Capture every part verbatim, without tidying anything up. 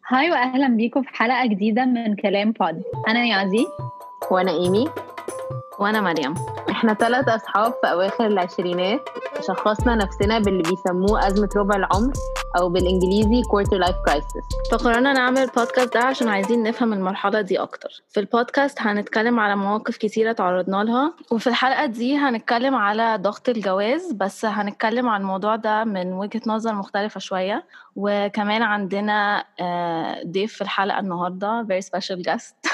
هاي واهلا بيكم في حلقه جديده من كلام بود. انا يازي وانا ايمي وانا مريم. احنا ثلاث اصحاب في اواخر العشرينات، شخصنا نفسنا باللي بيسموه ازمه ربع العمر او بالانجليزي quarter life crisis. فقررنا نعمل البودكاست ده عشان عايزين نفهم المرحله دي اكتر. في البودكاست هنتكلم على مواقف كتيره تعرضنا لها، وفي الحلقه دي هنتكلم على ضغط الجواز، بس هنتكلم عن الموضوع ده من وجهه نظر مختلفه شويه. وكمان عندنا ضيف في الحلقه النهارده very special guest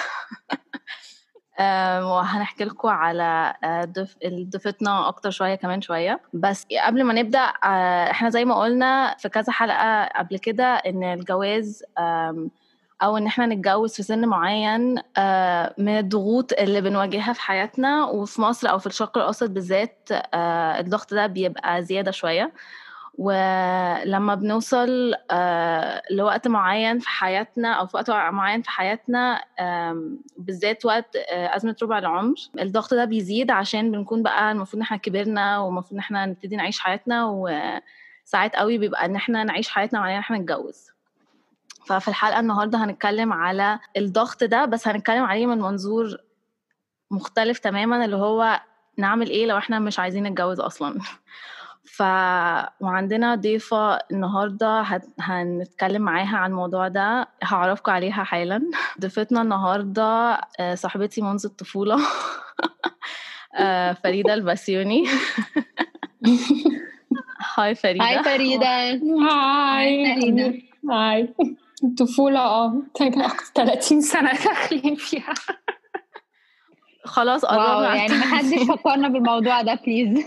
وهنحكي لكم على ضيفتنا اكتر شويه كمان شويه. بس قبل ما نبدا، احنا زي ما قلنا في كذا حلقه قبل كده ان الجواز او ان احنا نتجوز في سن معين من الضغوط اللي بنواجهها في حياتنا، وفي مصر او في الشرق الاوسط بالذات الضغط ده بيبقى زياده شويه. ولما بنوصل آه لوقت معين في حياتنا أو في وقت معين في حياتنا، بالذات وقت آه أزمة ربع العمر، الضغط ده بيزيد عشان بنكون بقى المفروض نحن كبرنا ومفروض نحن نبتدي نعيش حياتنا، وساعات قوي بيبقى ان احنا نعيش حياتنا وعلينا نحن نتجوز. ففي الحلقة النهاردة هنتكلم على الضغط ده، بس هنتكلم عليه من منظور مختلف تماما، اللي هو نعمل ايه لو احنا مش عايزين نتجوز اصلا. ف وعندنا ضيفة النهاردة هت... هنتكلم معاها عن الموضوع ده، هعرفكم عليها حالا. ضيفتنا النهاردة صاحبتي منذ الطفولة فريدة البسيوني. هاي فريدة. هاي فريدة. هاي فريدة. هاي الطفولة اه ثلاثين سنة داخلين فيها. خلاص قربنا، يعني ما حدش فكرنا بالموضوع ده بليز.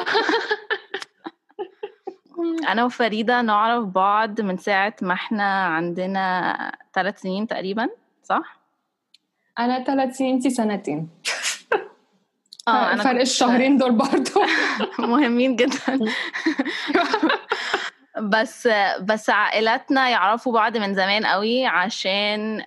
أنا وفريدة نعرف بعض من ساعة ما احنا عندنا ثلاث سنين تقريبا، صح؟ أنا ثلاث سنين، انتي سنتين. اه أنا فرق الشهرين دول برضو مهمين جدا. بس بس عائلاتنا يعرفوا بعض من زمان قوي، عشان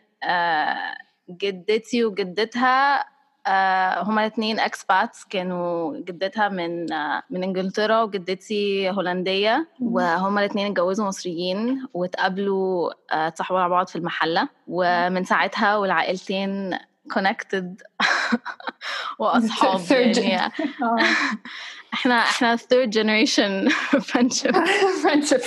جدتي وجدتها هما الاثنين اكسباتس. كانوا جدتها من من انجلترا وجدتي هولنديه، وهما الاثنين اتجوزوا مصريين واتقابلوا اتصاحبوا على بعض في المحله، ومن ساعتها والعائلتين connected واصحاب. يعني احنا احنا third generation friendship friendship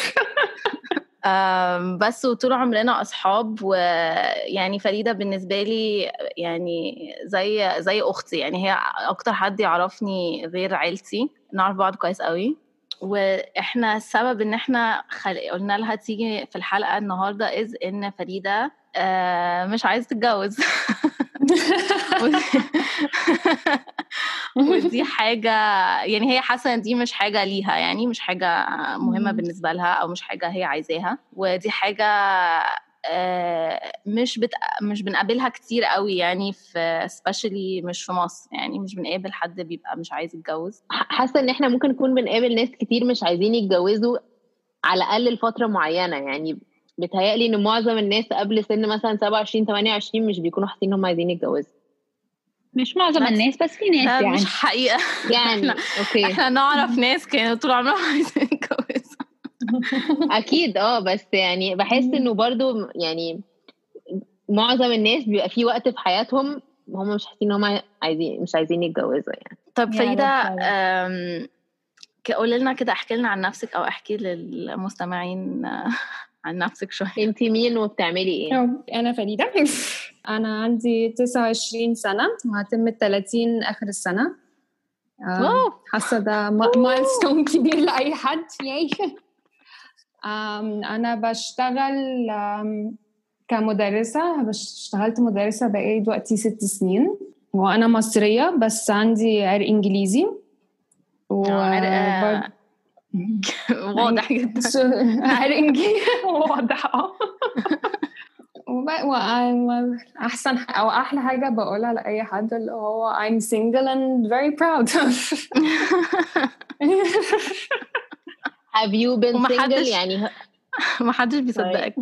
بس وطول عمرنا أصحاب. ويعني فريدة بالنسبة لي يعني زي زي أختي، يعني هي أكتر حد يعرفني غير عيلتي، نعرف بعض كويس قوي. وإحنا السبب إن إحنا خل... قلنا لها تيجي في الحلقة النهاردة إذ إن فريدة آه مش عايزة تتجوز. ودي حاجة يعني هي حاسة ان دي مش حاجة ليها، يعني مش حاجة مهمة بالنسبة لها او مش حاجة هي عايزاها. ودي حاجة مش بت... مش بنقابلها كتير قوي، يعني في especially مش في مصر، يعني مش بنقابل حد بيبقى مش عايز يتجوز. حاسة ان احنا ممكن نكون بنقابل ناس كتير مش عايزين يتجوزوا على الاقل لفترة معينة. يعني بتهيألي ان معظم الناس قبل سن مثلا سبعة وعشرين ثمانية وعشرين مش بيكونوا حاسين انهم عايزين يتجوزوا. مش معظم الناس، بس في ناس يعني مش حقيقة. يعني احنا اوكي احنا نعرف ناس كانوا طول عمرهم عايزين يتجوزوا. اكيد اه، بس يعني بحس انه برضو يعني معظم الناس بيبقى في وقت في حياتهم هم مش حاسين ان هم عايزين مش عايزين يتجوزوا يعني. طب فريدة قولي لنا كده، احكي لنا عن نفسك او احكي للمستمعين عن نفسك شوية. انتي مين وبتعملي ايه؟ انا فريدة، انا عندي تسعة وعشرين سنة وهتم الثلاثين اخر السنة. حاسة ده مايلستون كبير لأي حد. انا بشتغل كمدرسة، اشتغلت مدرسة بقالي دلوقتي ست سنين، وانا مصرية بس عندي عرق انجليزي و... عرق واضح جدا. عرق انجليزي واضح. واحسن او احلى حاجة بقولها لاي حد اللي هو I'm single and very proud. Have you been single؟ يعني ما حدش بيصدقك.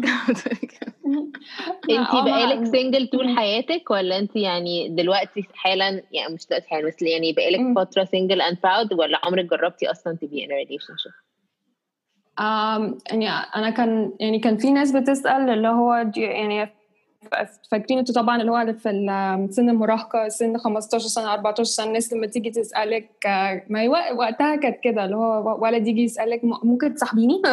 انتي بقالك سنجل طول حياتك ولا انتي يعني دلوقتي حالا، يعني مش دلوقتي حالا بس يعني بقالك فترة سنجل and proud، ولا عمرك جربتي اصلا تبقي in a relationship؟ آم يعني انا كان يعني كان في ناس بتسال اللي هو يعني فاكرين انتوا طبعا اللي هو في سن المراهقه سن خمستاشر سنه أربعتاشر سنه الناس لما تيجي تسالك ما وقتها كانت كده اللي هو ولد يجي يسالك ممكن تصاحبيني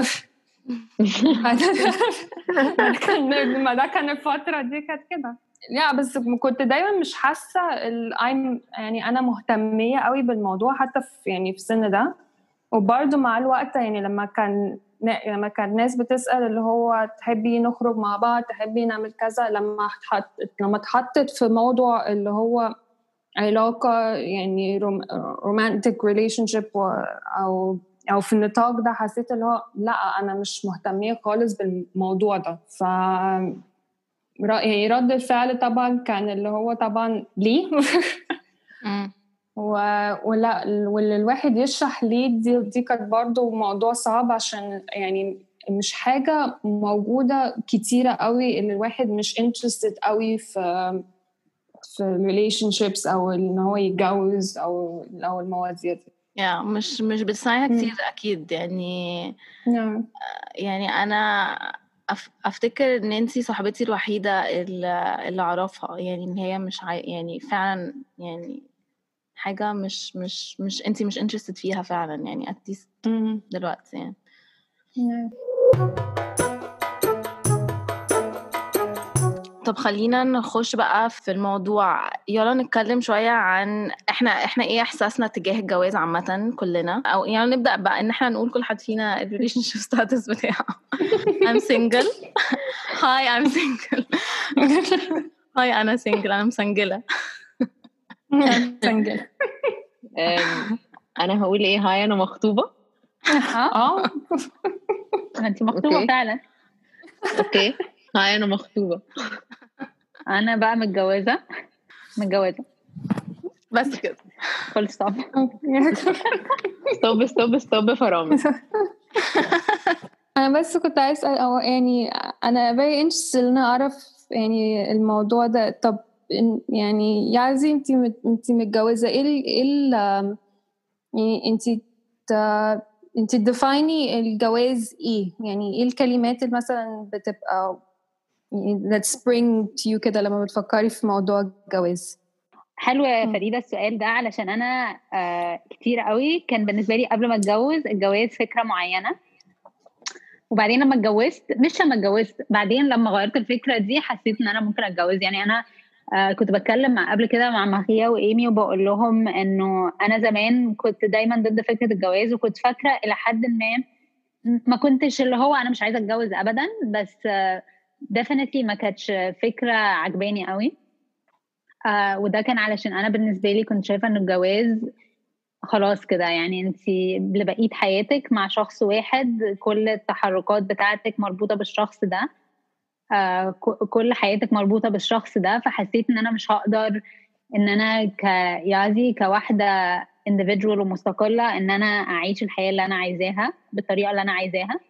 ما كان ما ده كان الفتره دي كانت كده. لا بس كنت دايما مش حاسه يعني انا مهتميه قوي بالموضوع حتى في يعني في السن ده. وبرضه مع الوقت يعني لما كان لما كان ناس بتسأل اللي هو تحبي نخرج مع بعض تحبي نعمل كذا لما حط لما اتحطت في موضوع اللي هو علاقة يعني romantic relationship أو أو في النطاق ده حسيت اللي هو لا أنا مش مهتمية خالص بالموضوع ده. ف يعني رد الفعل طبعا كان اللي هو طبعا ليه ولا واللي الواحد يشرح ليه دي, دي كانت برضو موضوع صعب عشان يعني مش حاجة موجودة كتيرة قوي اللي الواحد مش interested قوي في في relationships أو إن هو يتجوز أو أو المواضيع دي. يا مش مش بتسمعيها كتير أكيد يعني. نعم. يعني أنا أف أفتكر إن أنتي صاحبتي الوحيدة اللي, اللي أعرفها يعني إن هي مش عاي... يعني فعلا يعني حاجة مش مش مش أنتي مش interested فيها فعلا يعني at least دلوقتي يعني. نعم. طب خلينا نخش بقى في الموضوع. يلا نتكلم شوية عن احنا احنا ايه احساسنا تجاه الجواز عامة كلنا او يعني نبدأ بقى ان احنا نقول كل حد فينا ال relationship status بتاعه. I'm single. Hi I'm single. Hi أنا single أنا مسنجلة. مسنجلة. أنا هقول ايه هاي أنا مخطوبة. اه انت مخطوبة فعلا. اوكي هاي أنا مخطوبة. انا بقى متجوزه متجوزه بس كده فول ستوب. ستوب ستوب ستوب فرامل. انا بس كنت عايز اسال او يعني انا very interested ان اعرف يعني الموضوع ده. طب يعني يعزي انت انت متجوزه ايه ايه يعني انت انت ديفايني الجواز ايه يعني ايه الكلمات اللي مثلا بتبقى that spring to you كده لما بتفكري في موضوع الجواز؟ حلو يا فريدة السؤال ده علشان أنا آه كتير قوي كان بالنسبة لي قبل ما أتجوز الجواز فكرة معينة وبعدين لما اتجوزت مش لما اتجوزت بعدين لما غيرت الفكرة دي حسيت إن أنا ممكن أتجوز. يعني أنا آه كنت بتكلم مع قبل كده مع ماخيا وإيمي وبقول لهم إنه أنا زمان كنت دايما ضد فكرة الجواز وكنت فاكرة إلى حد ما ما كنتش اللي هو أنا مش عايزة أتجوز أبدا بس آه definitely ما كانتش فكرة عجباني قوي. آه وده كان علشان أنا بالنسبة لي كنت شايفة إن الجواز خلاص كده يعني انتي لبقيت حياتك مع شخص واحد كل التحركات بتاعتك مربوطة بالشخص ده آه كل حياتك مربوطة بالشخص ده. فحسيت إن أنا مش هقدر إن أنا كيازي كواحدة individual ومستقلة إن أنا أعيش الحياة اللي أنا عايزاها بالطريقة اللي أنا عايزاها.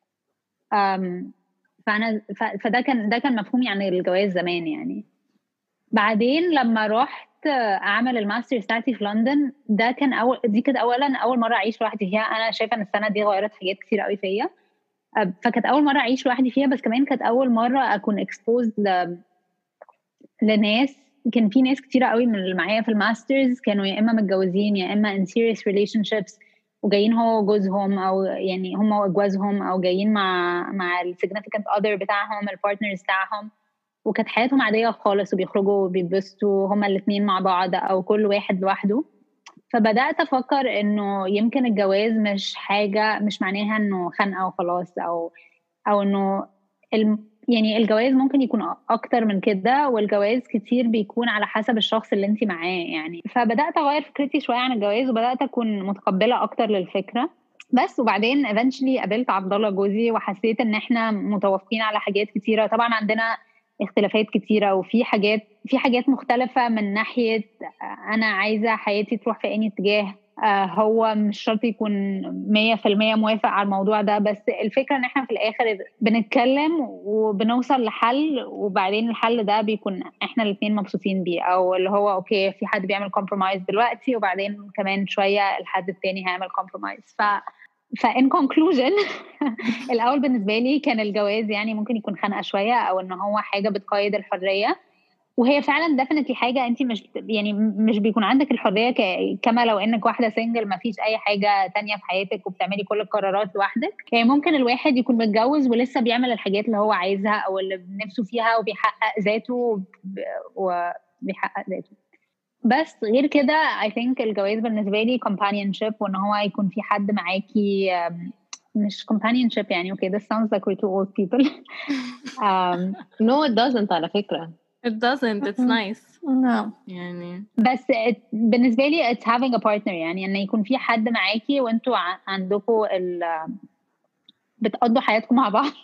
فأنا فده كان ده كان مفهومي عن الجواز زمان. يعني بعدين لما رحت اعمل الماستر بتاعتي في لندن ده كان اول دي كده اولا اول مره اعيش لوحدي فيها. انا شايفه ان السنه دي غيرت حاجات كتير قوي فيا فكانت اول مره اعيش لوحدي فيها بس كمان كانت اول مره اكون اكسبوزد ل... لناس. كان في ناس كتيره قوي من اللي معايا في الماسترز كانوا يا اما متجوزين يا اما in serious relationships وجايين هو وجوزهم او يعني هم وجوازهم او جايين مع مع ال significant other بتاعهم البارتنرز بتاعهم وكانت حياتهم عادية خالص وبيخرجوا وبيبسطوا هما الاثنين مع بعض أو كل واحد لوحده. فبدأت أفكر إنه يمكن الجواز مش حاجة مش معناها إنه خنقة وخلاص أو أو إنه الم يعني الجواز ممكن يكون أكتر من كده والجواز كتير بيكون على حسب الشخص اللي انتي معاه يعني. فبدأت أغير فكرتي شوية عن الجواز وبدأت أكون متقبلة أكتر للفكرة بس. وبعدين eventually قابلت عبد الله جوزي وحسيت إن إحنا متوافقين على حاجات كتيرة. طبعا عندنا اختلافات كتيرة وفي حاجات في حاجات مختلفة من ناحية أنا عايزة حياتي تروح في أي اتجاه. هو مش شرط يكون مية في المية موافق على الموضوع ده بس الفكرة إن إحنا في الآخر بنتكلم وبنوصل لحل وبعدين الحل ده بيكون إحنا الاثنين مبسوطين بيه أو اللي هو أوكي في حد بيعمل كومبرومايز دلوقتي وبعدين كمان شوية الحد التاني هيعمل كومبرومايز. ف فإن conclusion الأول بالنسبة لي كان الجواز يعني ممكن يكون خنقة شوية أو إن هو حاجة بتقيد الحرية، وهي فعلا definitely حاجة أنت مش يعني مش بيكون عندك الحرية ك... كما لو إنك واحدة سنجل ما فيش أي حاجة تانية في حياتك وبتعملي كل القرارات لوحدك. يعني ممكن الواحد يكون متجوز ولسه بيعمل الحاجات اللي هو عايزها أو اللي بنفسه فيها وبيحقق ذاته وبيحقق ذاته، بس غير كده I think الجواز بالنسبة لي companionship، وإن هو يكون في حد معاكي مش companionship يعني okay this sounds like we're two old people. um, no it doesn't على فكرة. It doesn't. It's nice. no. يعني بس it, بالنسبة لي it's having a partner، يعني إن يكون في حد معاكي وانتوا عندكم ال بتقضوا حياتكم مع بعض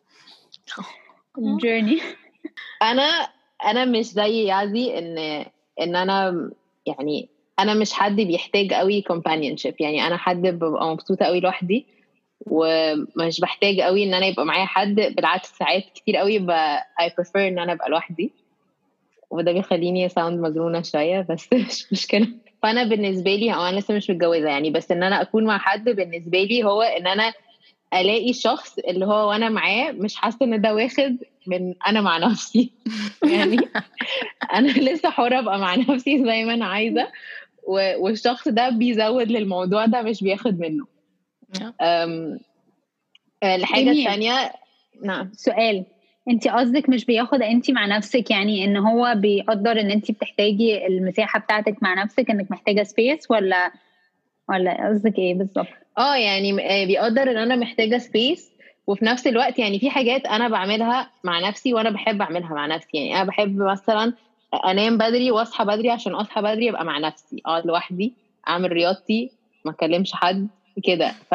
journey. أنا أنا مش زي يازي إن إن أنا يعني أنا مش حد بيحتاج قوي companionship، يعني أنا حد ببقى مبسوطة قوي لوحدي ومش بحتاج قوي إن أنا يبقى معايا حد، بالعكس ساعات كتير قوي ب I prefer إن أنا أبقى لوحدي، وده بيخليني ساوند مجنونة شوية بس مش مشكلة. فأنا بالنسبة لي أو أنا لسه مش متجوزة يعني، بس إن أنا أكون مع حد بالنسبة لي هو إن أنا ألاقي شخص اللي هو وأنا معاه مش حاسة إن ده واخد من أنا مع نفسي يعني أنا لسه حرة أبقى مع نفسي زي ما أنا عايزة، والشخص ده بيزود للموضوع ده مش بياخد منه. أم... الحاجة الثانية نعم سؤال، انت قصدك مش بياخد انت مع نفسك، يعني ان هو بيقدر ان انت بتحتاجي المساحة بتاعتك مع نفسك، انك محتاجة سبيس، ولا ولا قصدك ايه بالظبط؟ اه يعني بيقدر ان انا محتاجة سبيس، وفي نفس الوقت يعني في حاجات انا بعملها مع نفسي وانا بحب اعملها مع نفسي. يعني انا بحب مثلا انام بدري واصحى بدري عشان اصحى بدري ابقى مع نفسي، اقعد لوحدي اعمل رياضتي ما اكلمش حد كده. ف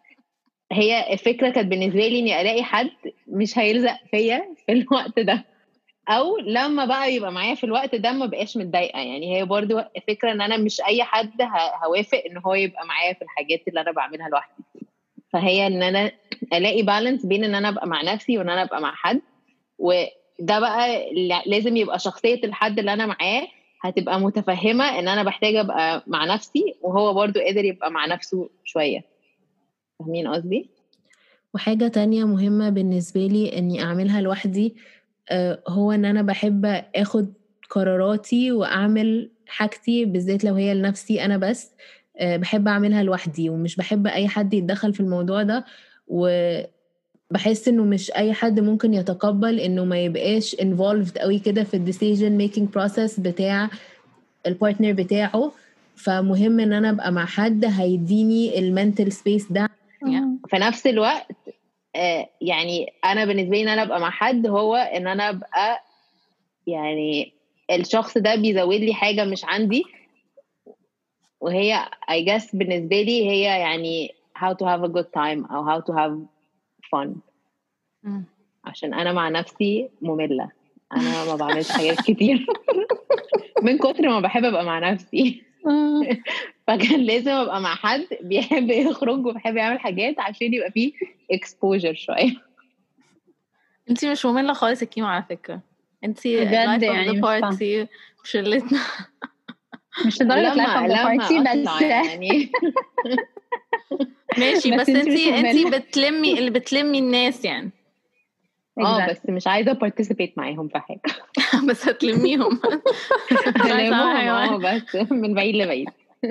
هي الفكرة كانت بالنسبة لي اني الاقي حد مش هيلزق فيا في الوقت ده، او لما بقى يبقى معايا في الوقت ده ما بقاش متضايقة. يعني هي برضو الفكرة ان انا مش اي حد هوافق ان هو يبقى معايا في الحاجات اللي انا بعملها لوحدي. فهي ان انا الاقي بالانس بين ان انا ابقى مع نفسي وان انا ابقى مع حد، وده بقى لازم يبقى شخصية الحد اللي انا معاه هتبقى متفهمة ان انا بحتاج ابقى مع نفسي، وهو برضو قادر يبقى مع نفسه شوية. فاهمين قصدي؟ وحاجة تانية مهمة بالنسبة لي اني اعملها لوحدي هو ان انا بحب اخد قراراتي واعمل حاجتي، بالذات لو هي لنفسي انا بس بحب اعملها لوحدي، ومش بحب اي حد يتدخل في الموضوع ده. وبحس انه مش اي حد ممكن يتقبل انه ما يبقاش involved قوي كده في ال decision making process بتاع البارتنر بتاعه. فمهم ان انا ابقى مع حد هيديني المنتل سبيس ده. في نفس الوقت آه يعني انا بالنسبه لي ان انا ابقى مع حد هو ان انا ابقى يعني الشخص ده بيزود لي حاجه مش عندي، وهي I guess بالنسبه لي هي يعني how to have a good time او how to have fun. م. عشان انا مع نفسي ممله، انا ما بعملش حاجات كتير من كتر ما بحب ابقى مع نفسي فكان لازم ابقى مع حد بيحب يخرج وبيحب يعمل حاجات عشان يبقى فيه exposure شويه. انتي مش مملة خالص يا كيمو على فكرة، انتي بجد life يعني of the party شلتنا مش لدرجة life of the party بس يعني ماشي، بس انتي انتي بتلمي اللي بتلمي الناس يعني. اه بس مش عايزة participate معاهم في حاجة بس هتلميهم هلمهم اه بس من بعيد لبعيد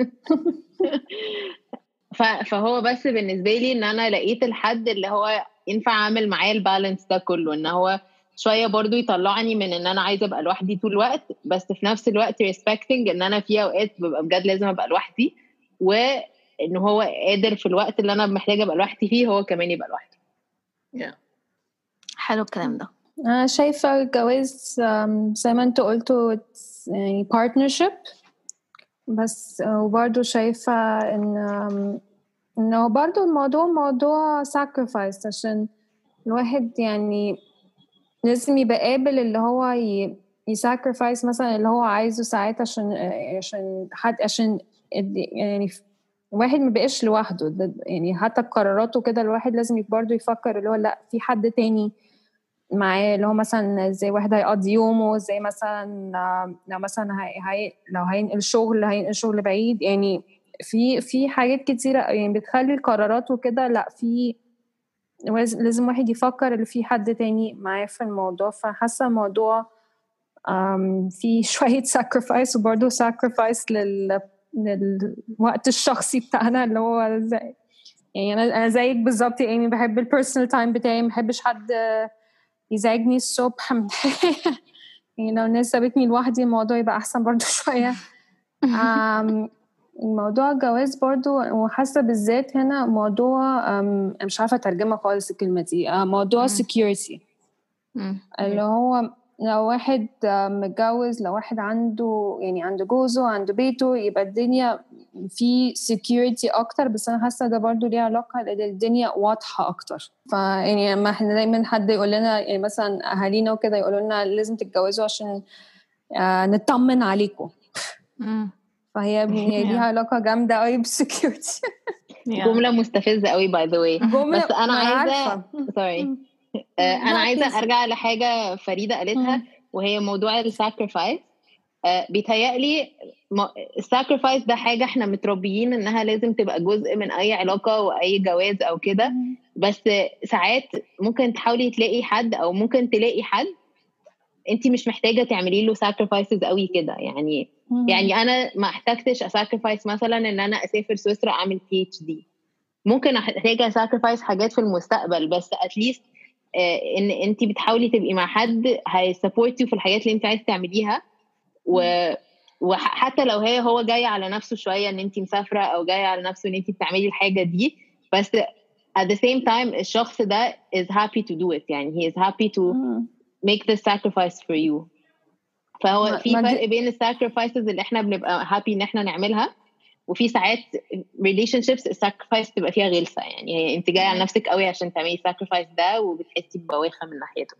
فهو بس بالنسبة لي ان انا لقيت الحد اللي هو ينفع اعمل معاه البالانس ده كله، ان هو شوية برضو يطلعني من ان انا عايزة ابقى لوحدي طول الوقت، بس في نفس الوقت respecting ان انا في اوقات ببقى بجد لازم ابقى لوحدي، وان هو قادر في الوقت اللي انا محتاجة ابقى لوحدي فيه هو كمان يبقى لوحدي. yeah. حلو الكلام ده. أنا شايفة الجواز زي ما انتوا قلتوا يعني partnership، بس وبرضو شايفة إن إنه برضو الموضوع موضوع sacrifice، عشان الواحد يعني لازم يبقى قابل اللي هو ي يsacrifice مثلا اللي هو عايزه ساعات عشان عشان حد عشان يعني الواحد ما بقاش لوحده. يعني حتى القرارات وكده الواحد لازم برضو يفكر اللي هو لا في حد تاني معاه، اللي هو مثلا زي واحد هيقضي يومه، زي مثلا لو مثلا هي هي لو هينقل شغل هينقل شغل بعيد، يعني في في حاجات كتيرة يعني بتخلي القرارات وكده لا في لازم واحد يفكر اللي في حد تاني معاه في الموضوع. فحاسة الموضوع في شوية sacrifice وبرضه sacrifice لل للوقت الشخصي بتاعنا اللي هو زي يعني أنا أنا زيك بالظبط يعني بحب البيرسونال تايم بتاعي، ما بحبش حد يزعجني الصبح يعني لو الناس سابتني لوحدي الموضوع يبقى أحسن برضه شوية. الموضوع الجواز برضو وحاسة بالذات هنا موضوع مش عارفة ترجمة خالص الكلمة دي، موضوع security اللي هو لو واحد متجوز، لو واحد عنده يعني عنده جوزه عنده بيته يبقى الدنيا في security أكتر. بس أنا حاسة ده برضو ليه علاقة لأن الدنيا واضحة أكتر. فيعني ما احنا دايما حد يقول لنا يعني مثلا أهالينا وكده يقولوا لنا لازم تتجوزوا عشان نطمن عليكم. فهي هي ليها علاقة جامدة قوي بالسكيورتي. جملة مستفزة قوي باي ذا واي. بس أنا عايزة سوري أنا عايزة أرجع لحاجة فريدة قالتها وهي موضوع الساكريفايس. بيتهيألي الساكريفايس ده حاجة احنا متربيين إنها لازم تبقى جزء من أي علاقة وأي جواز أو كده. بس ساعات ممكن تحاولي تلاقي حد أو ممكن تلاقي حد انتي مش محتاجة تعملي له sacrifices قوي كده يعني. مم. يعني انا ما احتاجتش sacrifice مثلا ان انا اسافر سويسرا اعمل بي اتش دي. ممكن احتاج sacrifice حاجات في المستقبل بس at least آه ان انتي بتحاولي تبقي مع حد هي support you في الحاجات اللي انتي عايزة تعمليها. و وحتى لو هي هو جاي على نفسه شوية ان انتي مسافرة او جاي على نفسه ان انتي بتعملي الحاجة دي بس at the same time الشخص ده is happy to do it يعني he is happy to مم. make the sacrifice for you. فهو في فرق بين الساكريفايسز اللي احنا بنبقى happy ان احنا نعملها وفي ساعات relationships الساكريفايس تبقى فيها غلسة يعني هي انت جاية على نفسك قوي عشان تعملي الساكريفايس ده وبتحسي ببواخة من ناحيته.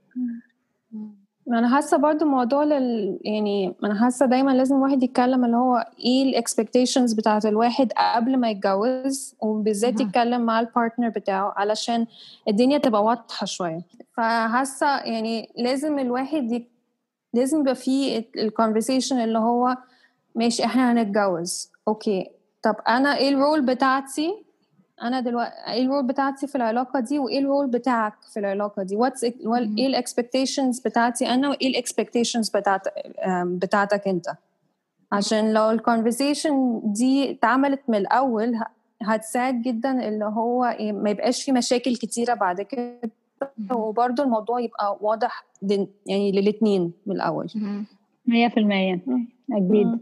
انا حاسه برضو موضوع لل يعني انا حاسه دايما لازم الواحد يتكلم اللي هو ايه الاكسبكتيشنز بتاعه الواحد قبل ما يتجوز وبالذات يتكلم مع البارتنر بتاعه علشان الدنيا تبقى واضحه شويه. فحاسه يعني لازم الواحد ي... لازم يبقى فيه الكونفرسيشن اللي هو ماشي احنا هنتجوز اوكي طب انا ايه الرول بتاعتي انا دلوقتي ايه الرول بتاعتي في العلاقه دي وايه الرول بتاعك في العلاقه دي واتس ايه الاكسبكتيشنز بتاعتي انا وايه الاكسبكتيشنز بتاعت بتاعتك انت عشان لو الكونفرسيشن دي اتعملت من الاول هتساعد جدا اللي هو ما يبقاش في مشاكل كتيره بعد كده وبرضه الموضوع يبقى واضح يعني للاثنين من الاول. مية في المية اكيد.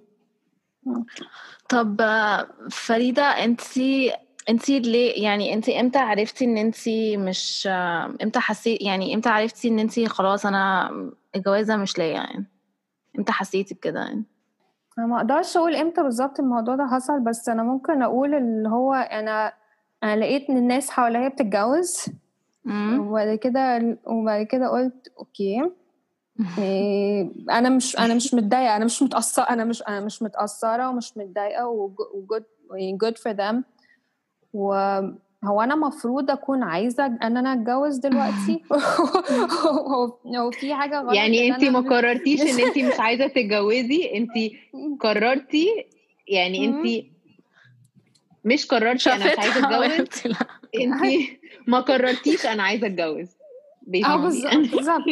طب فريدة انتي انتي ليه يعني انتي امتى عرفتي ان انتي مش امتى حسيت يعني امتى عرفتي ان انتي خلاص انا الجوازة مش ليا يعني امتى حسيتي بكده يعني؟ انا ما اقدرش اقول امتى بالظبط الموضوع ده حصل بس انا ممكن اقول اللي هو انا انا لقيت ان الناس حواليا بتتجوز وبعد كده وبعد كده قلت اوكي إيه انا مش انا مش متضايقه انا مش متاثره انا مش انا مش متاثره ومش متضايقه وجود good for them. وهو انا مفروض اكون عايزه ان انا اتجوز دلوقتي هو في حاجه غلط يعني انت ما قررتيش ان انت مش عايزه تتجوزي انت قررتي يعني انت مش قررتي انا مش عايزه اتجوز انت ما قررتيش انا عايزه اتجوز اه بالظبط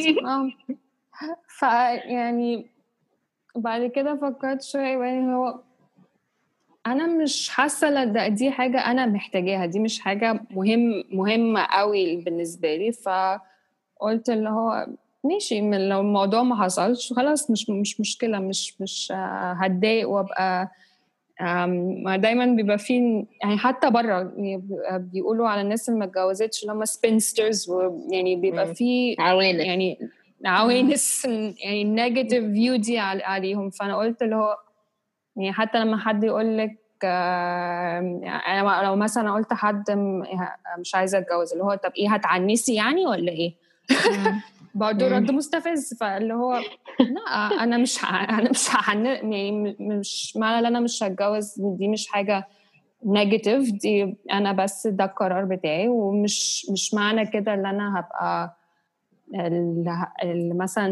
فيعني بعد كده فكرت شويه يعني هو انا مش حاسه دي حاجه انا محتاجاها دي مش حاجه مهم مهمه قوي بالنسبه لي. فقلت اللي هو ماشي من لو الموضوع ما حصلش خلاص مش مش مشكله مش مش هتضايق وابقى دايما بيبقى فيه يعني حتى بره بيقولوا على الناس اللي ما اتجوزتش اللي هم سبينسترز ويعني بيبقى فيه عوانس يعني عوانس يعني نيجاتيف فيو دي عليهم. فانا قلت اللي هو يعني حتى لما حد يقول لك انا لو مثلا قلت حد مش عايزه اتجوز اللي هو طب ايه هتعنسي يعني ولا ايه برضه رد مستفز. فاللي هو لا انا مش انا مش هحن يعني مش معنى ان انا مش هتجوز دي مش حاجه نيجاتيف دي انا بس ده القرار بتاعي ومش مش معنى كده ان انا هبقى مثلا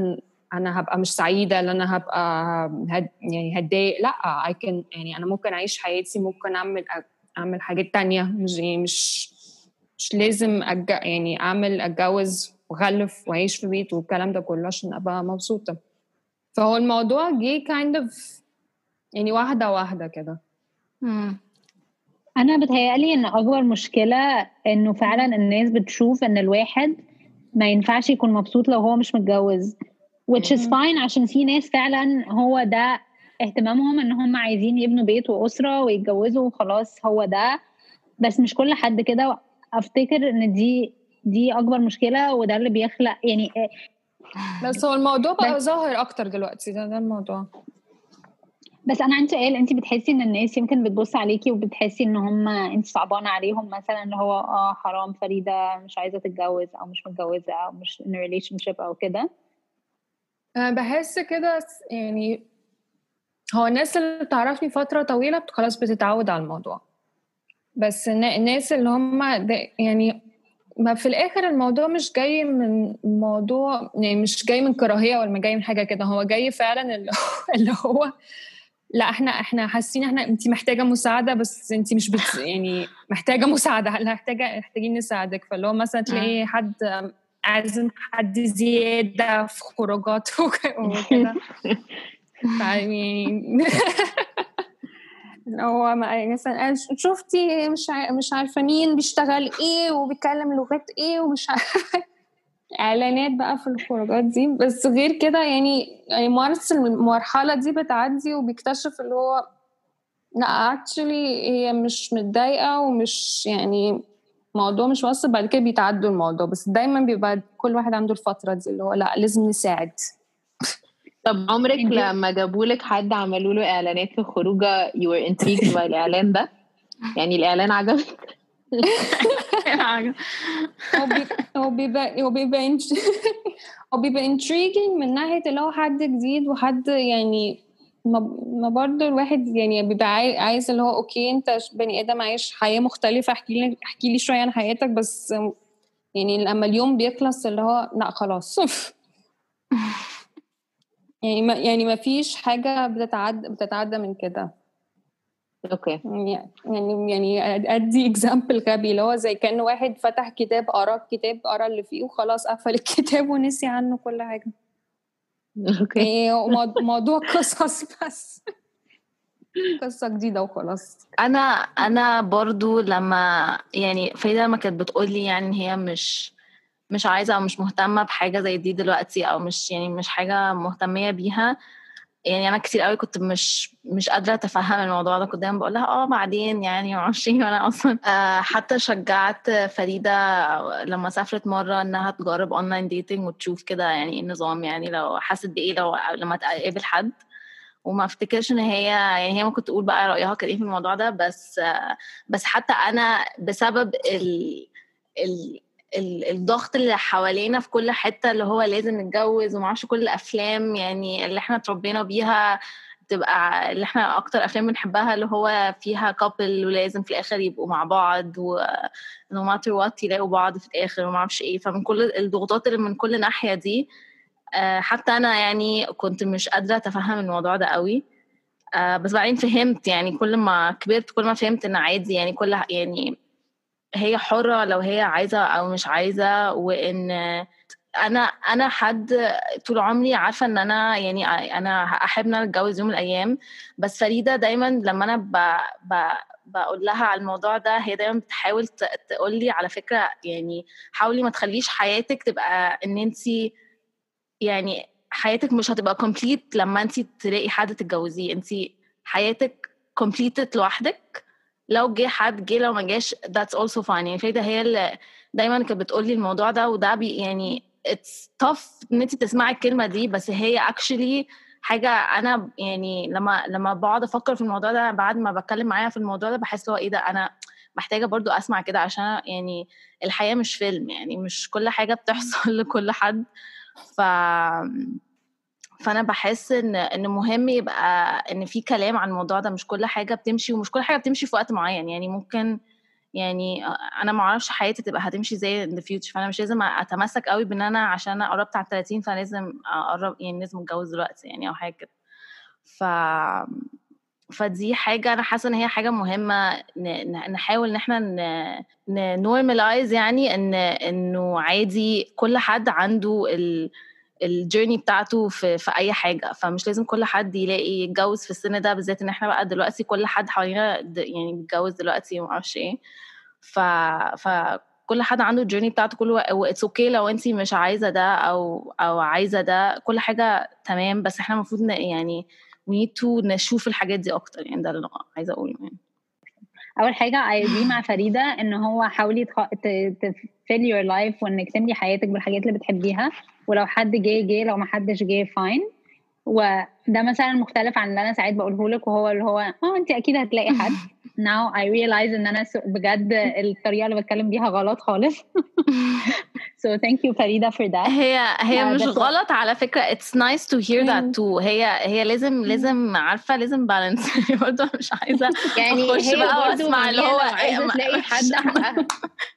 انا هبقى مش سعيده، لا انا هبقى هد يعني هتضايق. لا I can يعني انا ممكن اعيش حياتي، ممكن اعمل اعمل حاجات تانية، مش مش مش لازم أج... يعني اعمل اتجوز واخلف واعيش في بيت والكلام ده كله عشان ابقى مبسوطه. فهو الموضوع جه kind of يعني واحده واحده كده. مم. انا بتهيألي ان اكبر مشكله انه فعلا الناس بتشوف ان الواحد ما ينفعش يكون مبسوط لو هو مش متجوز، which is fine عشان في ناس فعلا هو ده اهتمامهم، ان هم عايزين يبنوا بيت واسره ويتجوزوا وخلاص هو ده. بس مش كل حد كده. افتكر ان دي دي اكبر مشكله، وده اللي بيخلق يعني. بس هو الموضوع بقى ظاهر اكتر دلوقتي، ده, ده الموضوع. بس انا عندي سؤال، انت بتحسي ان الناس يمكن بتبص عليكي وبتحسي ان هم انت صعبانه عليهم مثلا، اللي هو اه حرام فريده مش عايزه تتجوز او مش متجوزه او مش in a relationship او كده؟ انا بحس كده يعني هو الناس اللي تعرفني فتره طويله خلاص بتتعود على الموضوع، بس الناس اللي هم يعني ما في الاخر الموضوع مش جاي من موضوع يعني مش جاي من كراهيه ولا جاي من حاجه كده، هو جاي فعلا اللي هو, اللي هو لا احنا احنا حاسين احنا انت محتاجه مساعده، بس انت مش بت يعني محتاجه مساعده، لا محتاجه محتاجين نساعدك. فاللي هو مثلا تلاقي حد عازم حد زياده في خروجات وكده يعني هو مثلا شفتي مش مش عارفه مين بيشتغل ايه وبيتكلم لغات ايه ومش عارفه اعلانات بقى في الخروجات دي. بس غير كده يعني يعني مارس المرحله دي بتعدي وبيكتشف اللي هو لا actually هي مش متضايقه ومش يعني موضوع مش واصل. بعد كده بيتعدوا الموضوع، بس دايما بيبقى كل واحد عنده الفتره دي اللي هو لا لازم نساعد. طب عمرك لما جابولك حد عملوا له اعلانات في خروجه you were intrigued by الاعلان ده؟ يعني الاعلان عجبك؟ هو بيبقى هو بيبقى هو بيبقى intriguing من ناحيه اللي هو حد جديد وحد يعني ما برضه الواحد يعني بيبقى عايز اللي هو اوكي انت بني ادم عايش حياه مختلفه، احكي لي احكي لي شويه عن حياتك. بس يعني لما اليوم بيخلص اللي هو لا خلاص يعني ما يعني ما فيش حاجه بتتعدى بتتعدى من كده. اوكي يعني يعني ادي اكزامبل غبي اللي هو زي كان واحد فتح كتاب قرا كتاب قرا اللي فيه وخلاص قفل الكتاب ونسي عنه كل حاجه. اوكي يعني موضوع قصص بس قصه جديده وخلاص. انا انا برضو لما يعني فريدة لما كانت بتقولي يعني هي مش مش عايزه او مش مهتمه بحاجه زي دي دلوقتي، او مش يعني مش حاجه مهتميه بيها، يعني انا كتير قوي كنت مش مش قادره اتفهم الموضوع ده. كنت دايما بقول لها اه بعدين يعني معرفش ايه. وانا اصلا آه حتى شجعت فريده لما سافرت مره انها تجرب اونلاين ديتنج وتشوف كده يعني ايه النظام، يعني لو حست بايه لو لما تقابل حد. وما افتكرش ان هي يعني هي ممكن تقول بقى رايها كان ايه في الموضوع ده، بس آه بس حتى انا بسبب ال ال الضغط اللي حوالينا في كل حتة اللي هو لازم نتجوز ومعرفش كل الأفلام يعني اللي احنا تربينا بيها تبقى اللي احنا أكتر أفلام بنحبها اللي هو فيها كابل ولازم في الآخر يبقوا مع بعض و no matter what يلاقوا بعض في الآخر ومعرفش ايه. فمن كل الضغوطات اللي من كل ناحية دي حتى أنا يعني كنت مش قادرة أتفهم الموضوع ده قوي. بس بعدين فهمت يعني كل ما كبرت كل ما فهمت إن عادي يعني كل يعني هي حرة لو هي عايزة أو مش عايزة. وإن أنا أنا حد طول عمري عارفة إن أنا يعني أنا أحب إن أنا أتجوز يوم من الأيام. بس فريدة دايما لما أنا ب ب بقول لها على الموضوع ده هي دايما بتحاول تقول لي على فكرة يعني حاولي ما تخليش حياتك تبقى إن أنتي يعني حياتك مش هتبقى كومبليت لما أنتي تلاقي حد تتجوزيه. أنتي حياتك كومبليتد لوحدك، لو جه حد جه لو ما جاش that's also fine. يعني فريدة هي اللي دايما كانت بتقولي الموضوع ده، وده بي يعني it's tough ان انت تسمعي الكلمة دي، بس هي actually حاجة انا يعني لما لما بقعد افكر في الموضوع ده بعد ما بتكلم معاها في الموضوع ده بحس له ايه ده انا محتاجة برضو اسمع كده، عشان يعني الحياة مش فيلم، يعني مش كل حاجة بتحصل لكل حد. ف فانا بحس ان ان مهم يبقى ان في كلام عن الموضوع ده. مش كل حاجه بتمشي ومش كل حاجه بتمشي في وقت معين. يعني ممكن يعني انا ما اعرفش حياتي تبقى هتمشي ازاي in the future، فانا مش لازم اتمسك قوي بان انا عشان قربت على ثلاثين فلازم اقرب يعني لازم اتجوز دلوقتي يعني او حاجه كده. ف فدي حاجه انا حاسه ان هي حاجه مهمه نحاول ان احنا نورماليز يعني ان انه عادي كل حد عنده ال الجيرني بتاعته في في اي حاجه، فمش لازم كل حد يلاقي يتجوز في السن ده بالذات، ان احنا بقى دلوقتي كل حد حوالينا يعني بيتجوز دلوقتي وما اعرفش ايه. ف فكل حد عنده الجيرني بتاعته كله، واتس اوكي لو انت مش عايزه ده او او عايزه ده، كل حاجه تمام، بس احنا المفروض يعني we need to نشوف الحاجات دي اكتر يعني. ده اللي عايزه اقوله يعني. اول حاجه I agree مع فريده ان هو حاولي تفيل يور لايف وانك تملي حياتك بالحاجات اللي بتحبيها، ولو حد جاي جاي لو ما حدش جاي فاين. وده مثلا مختلف عن اللي انا ساعات بقوله لك وهو اللي هو اه انت اكيد هتلاقي حد. now I realize ان انا بجد الطريقه اللي بتكلم بيها غلط خالص. so thank you فريده for that. هي هي uh, مش غلط على فكره، it's nice to hear that too. هي هي لازم لازم عارفه لازم بالانس. برضه مش عايزه يعني اخش هي بقى واسمع اللي هو عايزه تلاقي حد حقها.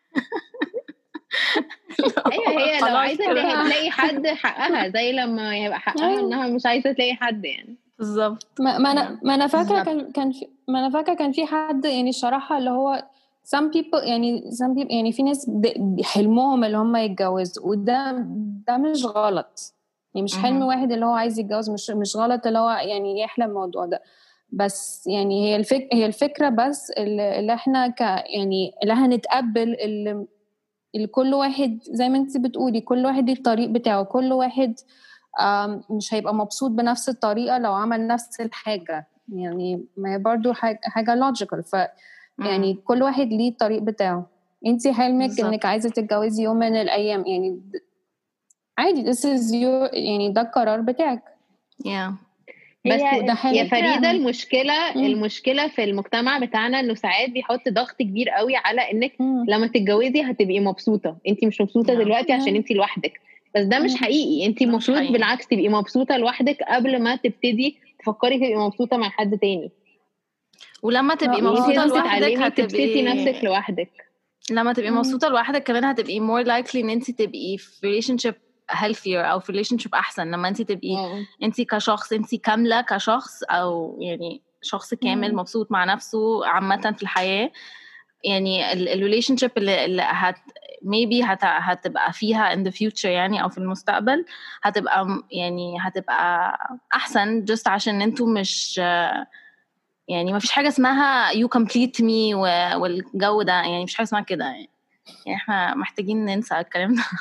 ايوه هي لو عايزه تلاقي حد حقها زي لما يبقى حقها انها مش عايزه تلاقي حد يعني. بالظبط. ما انا ما انا فاكره كان كان في ما انا فاكره كان في حد يعني الصراحه اللي هو some people يعني some people يعني في ناس حلمهم اللي هم يتجوزوا، وده ده مش غلط يعني، مش حلم واحد اللي هو عايز يتجوز مش مش غلط اللي هو يعني يحلم الموضوع ده. بس يعني هي الفك هي الفكره بس اللي, اللي احنا ك يعني اللي هنتقبل اللي, اللي كل واحد زي ما انت بتقولي كل واحد ليه الطريق بتاعه، كل واحد مش هيبقى مبسوط بنفس الطريقة لو عمل نفس الحاجة يعني، ما هي برضو حاجة, حاجة logical. ف يعني مم. كل واحد ليه الطريق بتاعه. انتي حلمك بالزبط. انك عايزة تتجوزي يوم من الأيام يعني عادي، this is your يعني ده القرار بتاعك. yeah. بس يا فريدة المشكلة مم. المشكلة في المجتمع بتاعنا انه ساعات بيحط ضغط كبير قوي على انك مم. لما تتجوزي هتبقي مبسوطة. انتي مش مبسوطة yeah. دلوقتي عشان انتي لوحدك، بس ده مش حقيقي. انتي المفروض بالعكس تبقي مبسوطة لوحدك قبل ما تبتدي تفكري تبقي مبسوطة مع حد تاني. ولما تبقي مبسوطة لوحدك هتبسطي نفسك لوحدك. لما تبقي مبسوطة لوحدك كمان هتبقي more likely ان انتي تبقي في relationship healthier او في relationship احسن. لما انتي تبقي انتي كشخص انتي كاملة كشخص، او يعني شخص كامل مبسوط مع نفسه عامة في الحياة، يعني الريليشنشيب اللي, اللي هت maybe هت هتبقى فيها in the future يعني او في المستقبل هتبقى يعني هتبقى احسن just عشان انتوا مش يعني ما فيش حاجه اسمها you complete me والجو ده يعني، مش حاجه اسمها كده يعني. يعني احنا محتاجين ننسى الكلام ده.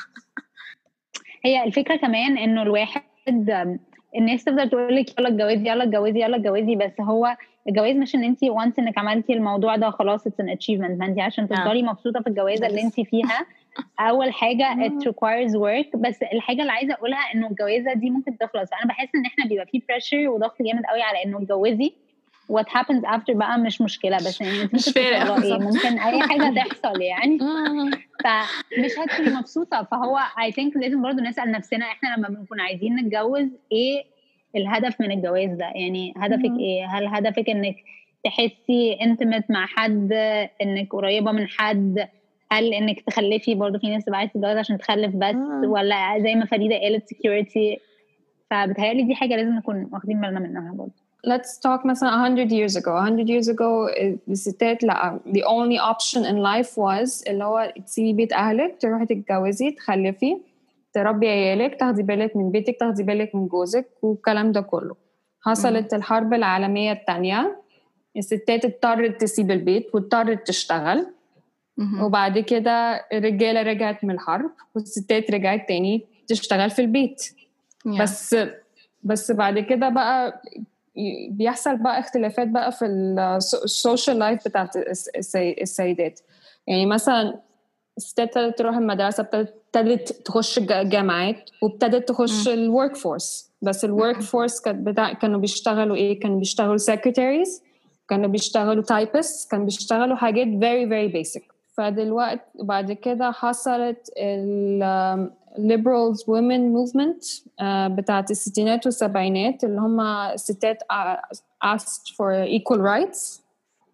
هي الفكره كمان انه الواحد الناس تفضل تقول لك يلا اتجوزي يلا اتجوزي يلا اتجوزي، بس هو الجواز مش ان انت وانس انك عملتي الموضوع ده خلاص it's an achievement. ما انت عشان تفضلي مبسوطه في الجوازه اللي انت فيها اول حاجه it requires work. بس الحاجه اللي عايزه اقولها انه الجوازه دي ممكن تخلص. انا بحس ان احنا بيبقى فيه pressure وضغط جامد قوي على انه اتجوزي what happens after بقى مش مشكله، بس يعني ممكن تطلقي ممكن اي حاجه تحصل يعني فمش هتكوني مبسوطه. فهو I think لازم برضو نسال نفسنا احنا لما بنكون عايزين نتجوز ايه الهدف من الجواز ده؟ يعني هدفك ايه؟ هل هدفك انك تحسي intimate مع حد، انك قريبه من حد، هل انك تخلفي؟ برضو في ناس تبقى عايزه تتجوز عشان تخلف بس، ولا زي ما فريده قالت security؟ فبتهيألي دي حاجه لازم نكون واخدين بالنا منها برضو. Let's talk مثلا one hundred years ago. one hundred years ago الستات لا the only option in life was اللي هو تسيبي بيت أهلك تروحي تتجوزي تخلفي تربي عيالك تاخدي بالك من بيتك تاخدي بالك من جوزك والكلام ده كله. حصلت م- الحرب العالمية الثانية، الستات اضطرت تسيب البيت واضطرت تشتغل م- وبعد كده الرجالة رجعت من الحرب والستات رجعت تاني تشتغل في البيت yeah. بس بس بعد كده بقى بيحصل بقى اختلافات بقى في السوشيال لايف بتاعت السيدات. يعني مثلا الستات ابتدت تروح المدرسة، ابتدت تخش جامعات وابتدت تخش الورك فورس. بس الورك فورس كانوا بيشتغلوا ايه؟ كانوا بيشتغلوا secretaries، كانوا بيشتغلوا typists، كانوا بيشتغلوا حاجات very very basic. فدلوقتي بعد كده حصلت ال liberals women movement بتاعت الستينات والسبعينات اللي هم الستات asked for equal rights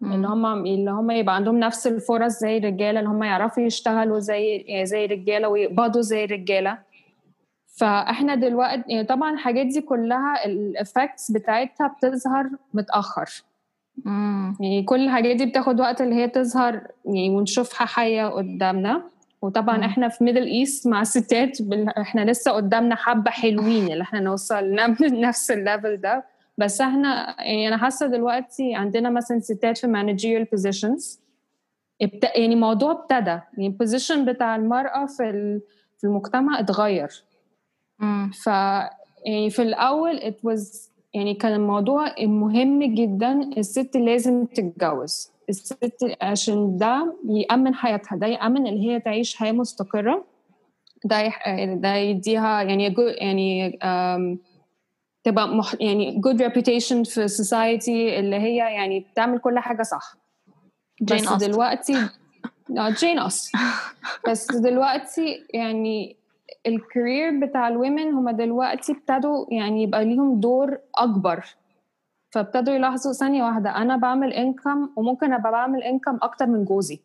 اللي هم اللي هم يبقى عندهم نفس الفرص زي الرجاله، اللي هم يعرفوا يشتغلوا زي زي الرجاله ويقبضوا زي الرجاله. فاحنا دلوقتي يعني طبعا الحاجات دي كلها الافكتس بتاعتها بتظهر متاخر. مم. يعني كل الحاجات دي بتاخد وقت اللي هي تظهر يعني ونشوفها حيه قدامنا. وطبعا مم. احنا في ميدل ايست مع الستات بال... احنا لسه قدامنا حبه حلوين اللي احنا نوصل نفس الليفل ده. بس احنا يعني انا حاسه دلوقتي عندنا مثلا ستات في managerial positions ابت... يعني الموضوع ابتدى يعني البوزيشن بتاع المرأة في في المجتمع اتغير. مم. ف يعني في الاول it was يعني كان الموضوع مهم جدا، الست لازم تتجوز، الست عشان ده يأمن حياتها، ده يأمن اللي هي تعيش حياة مستقرة، ده يح... ده يديها يعني جو... يعني um, تبقى مح... يعني good reputation في society اللي هي يعني بتعمل كل حاجة صح. بس دلوقتي جين أوستن بس دلوقتي يعني الكارير بتاع الومن هما دلوقتي ابتدوا يعني يبقى ليهم دور أكبر، فابتدوا يلاحظوا ثانية واحدة أنا بعمل إنكم وممكن أبقى بعمل إنكم أكتر من جوزي،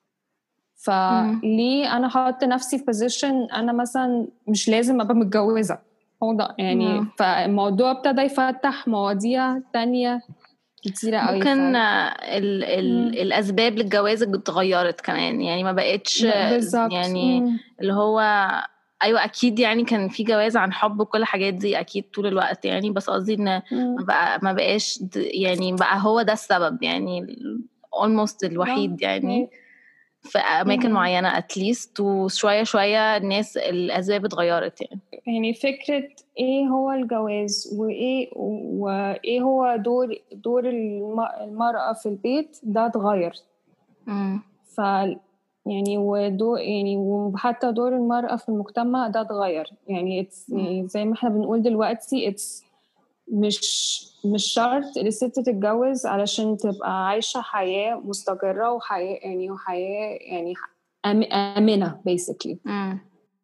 فليه أنا حاطة نفسي في بوزيشن أنا مثلا مش لازم أبقى متجوزة يعني. مم. فالموضوع ابتدى يفتح مواضيع تانية كتيرة قوي. ممكن ال ال الأسباب للجواز اتغيرت كمان، يعني ما بقتش يعني مم. اللي هو أيوة أكيد يعني كان في جواز عن حب وكل الحاجات دي أكيد طول الوقت يعني، بس قصدي إن ما بقى ما بقاش يعني بقى هو ده السبب يعني almost الوحيد يعني في أماكن مم. معينة at least، وشوية شوية الناس الأسباب اتغيرت يعني. يعني فكرة إيه هو الجواز وإيه وإيه هو دور دور المرأة في البيت ده اتغير. امم ف يعني ودور يعني وحتى دور المرأة في المجتمع ده اتغير يعني, يعني زي ما احنا بنقول دلوقتي it's مش مش شرط الست تتجوز علشان تبقى عايشة حياة مستقرة وحياة يعني وحياة يعني آمنة basically. امم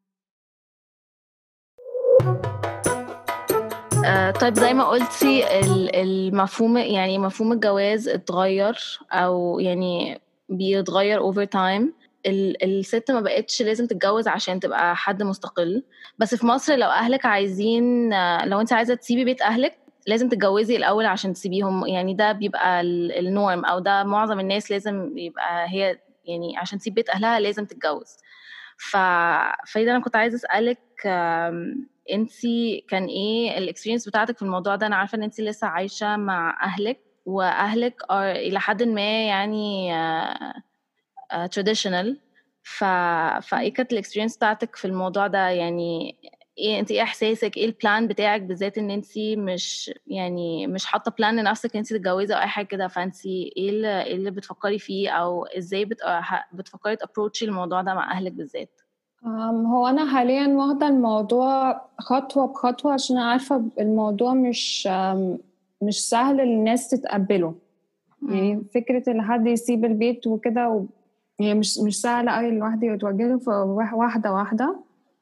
آه طيب زي ما قلتي المفهوم يعني مفهوم الجواز اتغير او يعني بيتغير over time. الست ما بقتش لازم تتجوز عشان تبقى حد مستقل، بس في مصر لو اهلك عايزين لو انت عايزة تسيبي بيت اهلك لازم تتجوزي الاول عشان تسيبيهم، يعني ده بيبقى النورم او ده معظم الناس لازم يبقى هي يعني عشان تسيب بيت اهلها لازم تتجوز. ف فاذا انا كنت عايزة اسألك انتي كان ايه الاكسبيرينس بتاعتك في الموضوع ده؟ انا عارفه ان انتي لسه عايشه مع اهلك واهلك الى حد ما يعني تراديشنال، ف فايه كانت الاكسبيرينس بتاعتك في الموضوع ده؟ يعني ايه انتي ايه احساسك، ايه البلان بتاعك بالذات ان انتي مش يعني مش حاطه بلان لنفسك انتي تتجوزي او اي حاجه كده، فانتي ايه اللي, إيه اللي بتفكري فيه او ازاي بت... بتفكري تابروتشي الموضوع ده مع اهلك بالذات؟ هو أنا حاليا واخدة الموضوع خطوة بخطوة عشان عارفة الموضوع مش مش سهل للناس تتقبله. يعني فكرة إن حد يسيب البيت وكده و... يعني مش مش سهلة أوي الواحد يتوجه واحدة واحدة.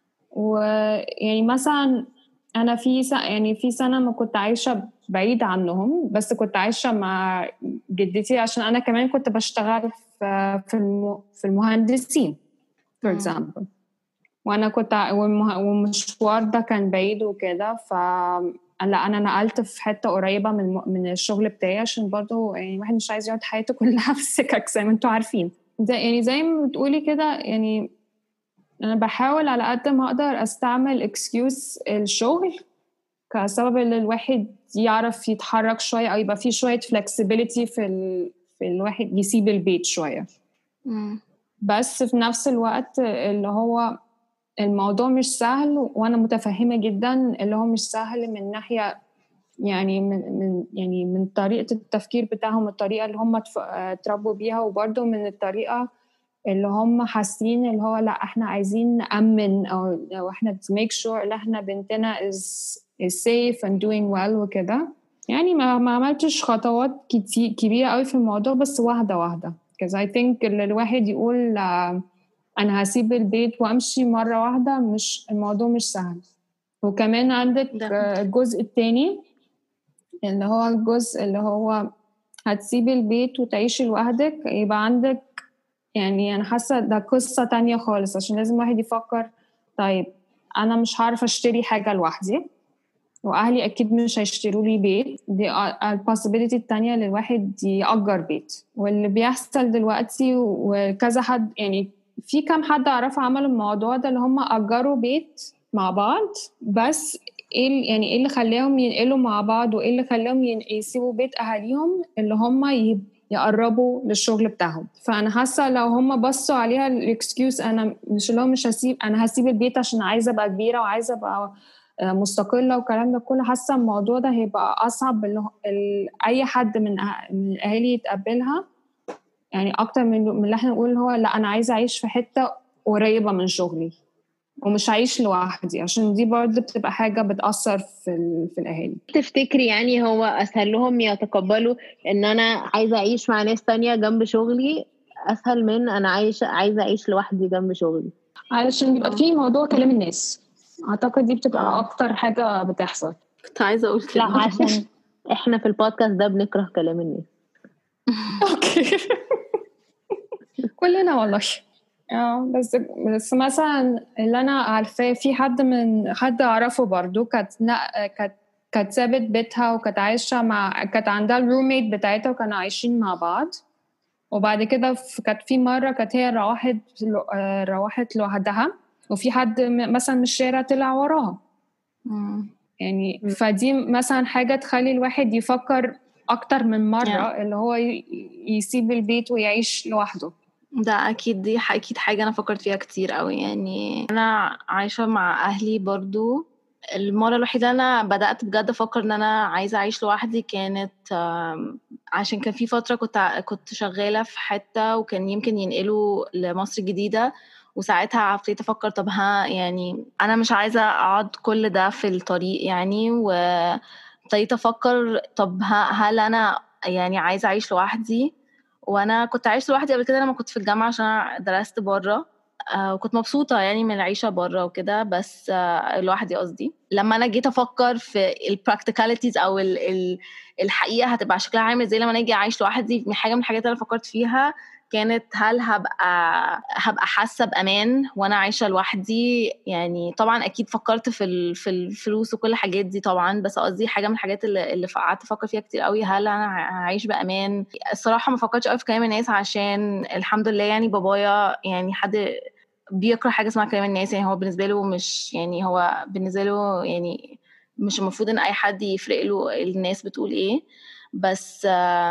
ويعني مثلا أنا في س... يعني في سنة ما كنت عايشة بعيد عنهم، بس كنت عايشة مع جدتي عشان أنا كمان كنت بشتغل في في, الم... في المهندسين for example. وانا كنت والمشوار ده كان بعيد وكده، ف لا انا نقلت في حته قريبه من من الشغل بتاعي عشان برضو يعني الواحد مش عايز يقعد حياته كلها في السكك زي ما انتوا عارفين. ده يعني زي ما بتقولي كده، يعني انا بحاول على قد ما اقدر استعمل اكسكيوز الشغل كسبب ان الواحد يعرف يتحرك شويه او يبقى فيه شويه flexibility في ال... في الواحد يسيب البيت شويه. مم. بس في نفس الوقت اللي هو الموضوع مش سهل، وانا متفهمه جدا اللي هو مش سهل من ناحيه يعني من, من يعني من طريقه التفكير بتاعهم، الطريقه اللي هم تربوا بيها، وبرضه من الطريقه اللي هم حاسين اللي هو لا احنا عايزين نأمن او, أو احنا to make sure ان احنا بنتنا is, is safe and doing well وكده. يعني ما, ما عملتش خطوات كتير كبيره قوي في الموضوع، بس واحده واحده because I think اللي الواحد يقول أنا هسيب البيت وأمشي مرة واحدة مش الموضوع مش سهل. وكمان عندك الجزء التاني اللي هو الجزء اللي هو هتسيبي البيت وتعيشي لوحدك يبقى عندك يعني أنا حاسة ده قصة تانية خالص، عشان لازم واحد يفكر طيب أنا مش هعرف أشتري حاجة لوحدي وأهلي أكيد مش هيشتروا لي بيت، دي البوسيبيليتي التانية للواحد يأجر بيت. واللي بيحصل دلوقتي وكذا حد يعني في كم حد أعرف عمل الموضوع ده اللي هم أجروا بيت مع بعض، بس إيه يعني إيه اللي خلاهم ينقلوا مع بعض وإيه اللي خلاهم يسيبوا بيت أهاليهم اللي هم يقربوا للشغل بتاعهم. فأنا حاسة لو هم بصوا عليها الإكسكيوز أنا مش اللي هو مش هسيب أنا هسيب البيت عشان عايزة أبقى كبيرة وعايزة أبقى مستقلة والكلام ده كله، حاسة الموضوع ده هيبقى أصعب ال... ال... أي حد من, أه... من الأهالي يتقبلها يعني أكتر من, من اللي احنا نقول هو لا أنا عايزة أعيش في حتة قريبة من شغلي ومش عايش لوحدي، عشان دي برضه بتبقى حاجة بتأثر في, ال... في الأهالي. تفتكري يعني هو أسهل لهم يتقبلوا إن أنا عايزة أعيش مع ناس تانية جنب شغلي أسهل من أنا عايشة عايزة أعيش لوحدي جنب شغلي؟ علشان بيبقى في موضوع كلام الناس، أعتقد دي بتبقى آه. أكتر حاجة بتحصل. كنت عايزة أقول كده. لا عشان إحنا في البودكاست ده بنكره كلام الناس. أوكي كلنا والله. اه بس بس مثلا اللي أنا عارفاه في حد من حد أعرفه برضو كانت كانت كانت سابت بيتها وكانت عايشة مع كانت عندها الروميت بتاعتها وكانوا عايشين مع بعض، وبعد كده كانت في مرة كانت هي روحت روحت لوحدها وفي حد مثلا من الشارع طلع وراها. مم. يعني فدي مثلا حاجة تخلي الواحد يفكر أكتر من مرة yeah. اللي هو يسيب البيت ويعيش لوحده. ده أكيد دي أكيد حاجة أنا فكرت فيها كتير قوي. يعني أنا عايشة مع أهلي برضو، المرة الوحيدة أنا بدأت بجد أفكر إن أنا عايزة أعيش لوحدي كانت عشان كان في فترة كنت كنت شغالة في حتة وكان يمكن ينقلوا لمصر الجديدة، وساعتها ابتديت أفكر طب ها يعني أنا مش عايزة أقعد كل ده في الطريق يعني، وابتديت أفكر طب هل أنا يعني عايزة أعيش لوحدي. وأنا كنت عايش لوحدي قبل كده لما كنت في الجامعة عشان درست برا آه وكنت مبسوطة يعني من العيشة برا وكده، بس آه لوحدي قصدي. لما أنا جيت أفكر في البراكتيكاليتيز أو ال ال الحقيقة هتبقى شكلها عامل زي لما نيجي أعيش لوحدي، حاجة من الحاجات اللي أنا فكرت فيها كانت هل هبقى هبقى حاسة بأمان وأنا عايشة لوحدي. يعني طبعا أكيد فكرت في في الفلوس وكل الحاجات دي طبعا، بس قصدي حاجة من الحاجات اللي, اللي قعدت أفكر فيها كتير قوي هل أنا هعيش بأمان. الصراحة ما فكرتش قوي في كلام الناس عشان الحمد لله يعني بابايا يعني حد بيكره حاجة اسمها كلام الناس، يعني هو بالنسبة له مش يعني هو بالنسبة له يعني مش المفروض ان اي حد يفرق له الناس بتقول ايه، بس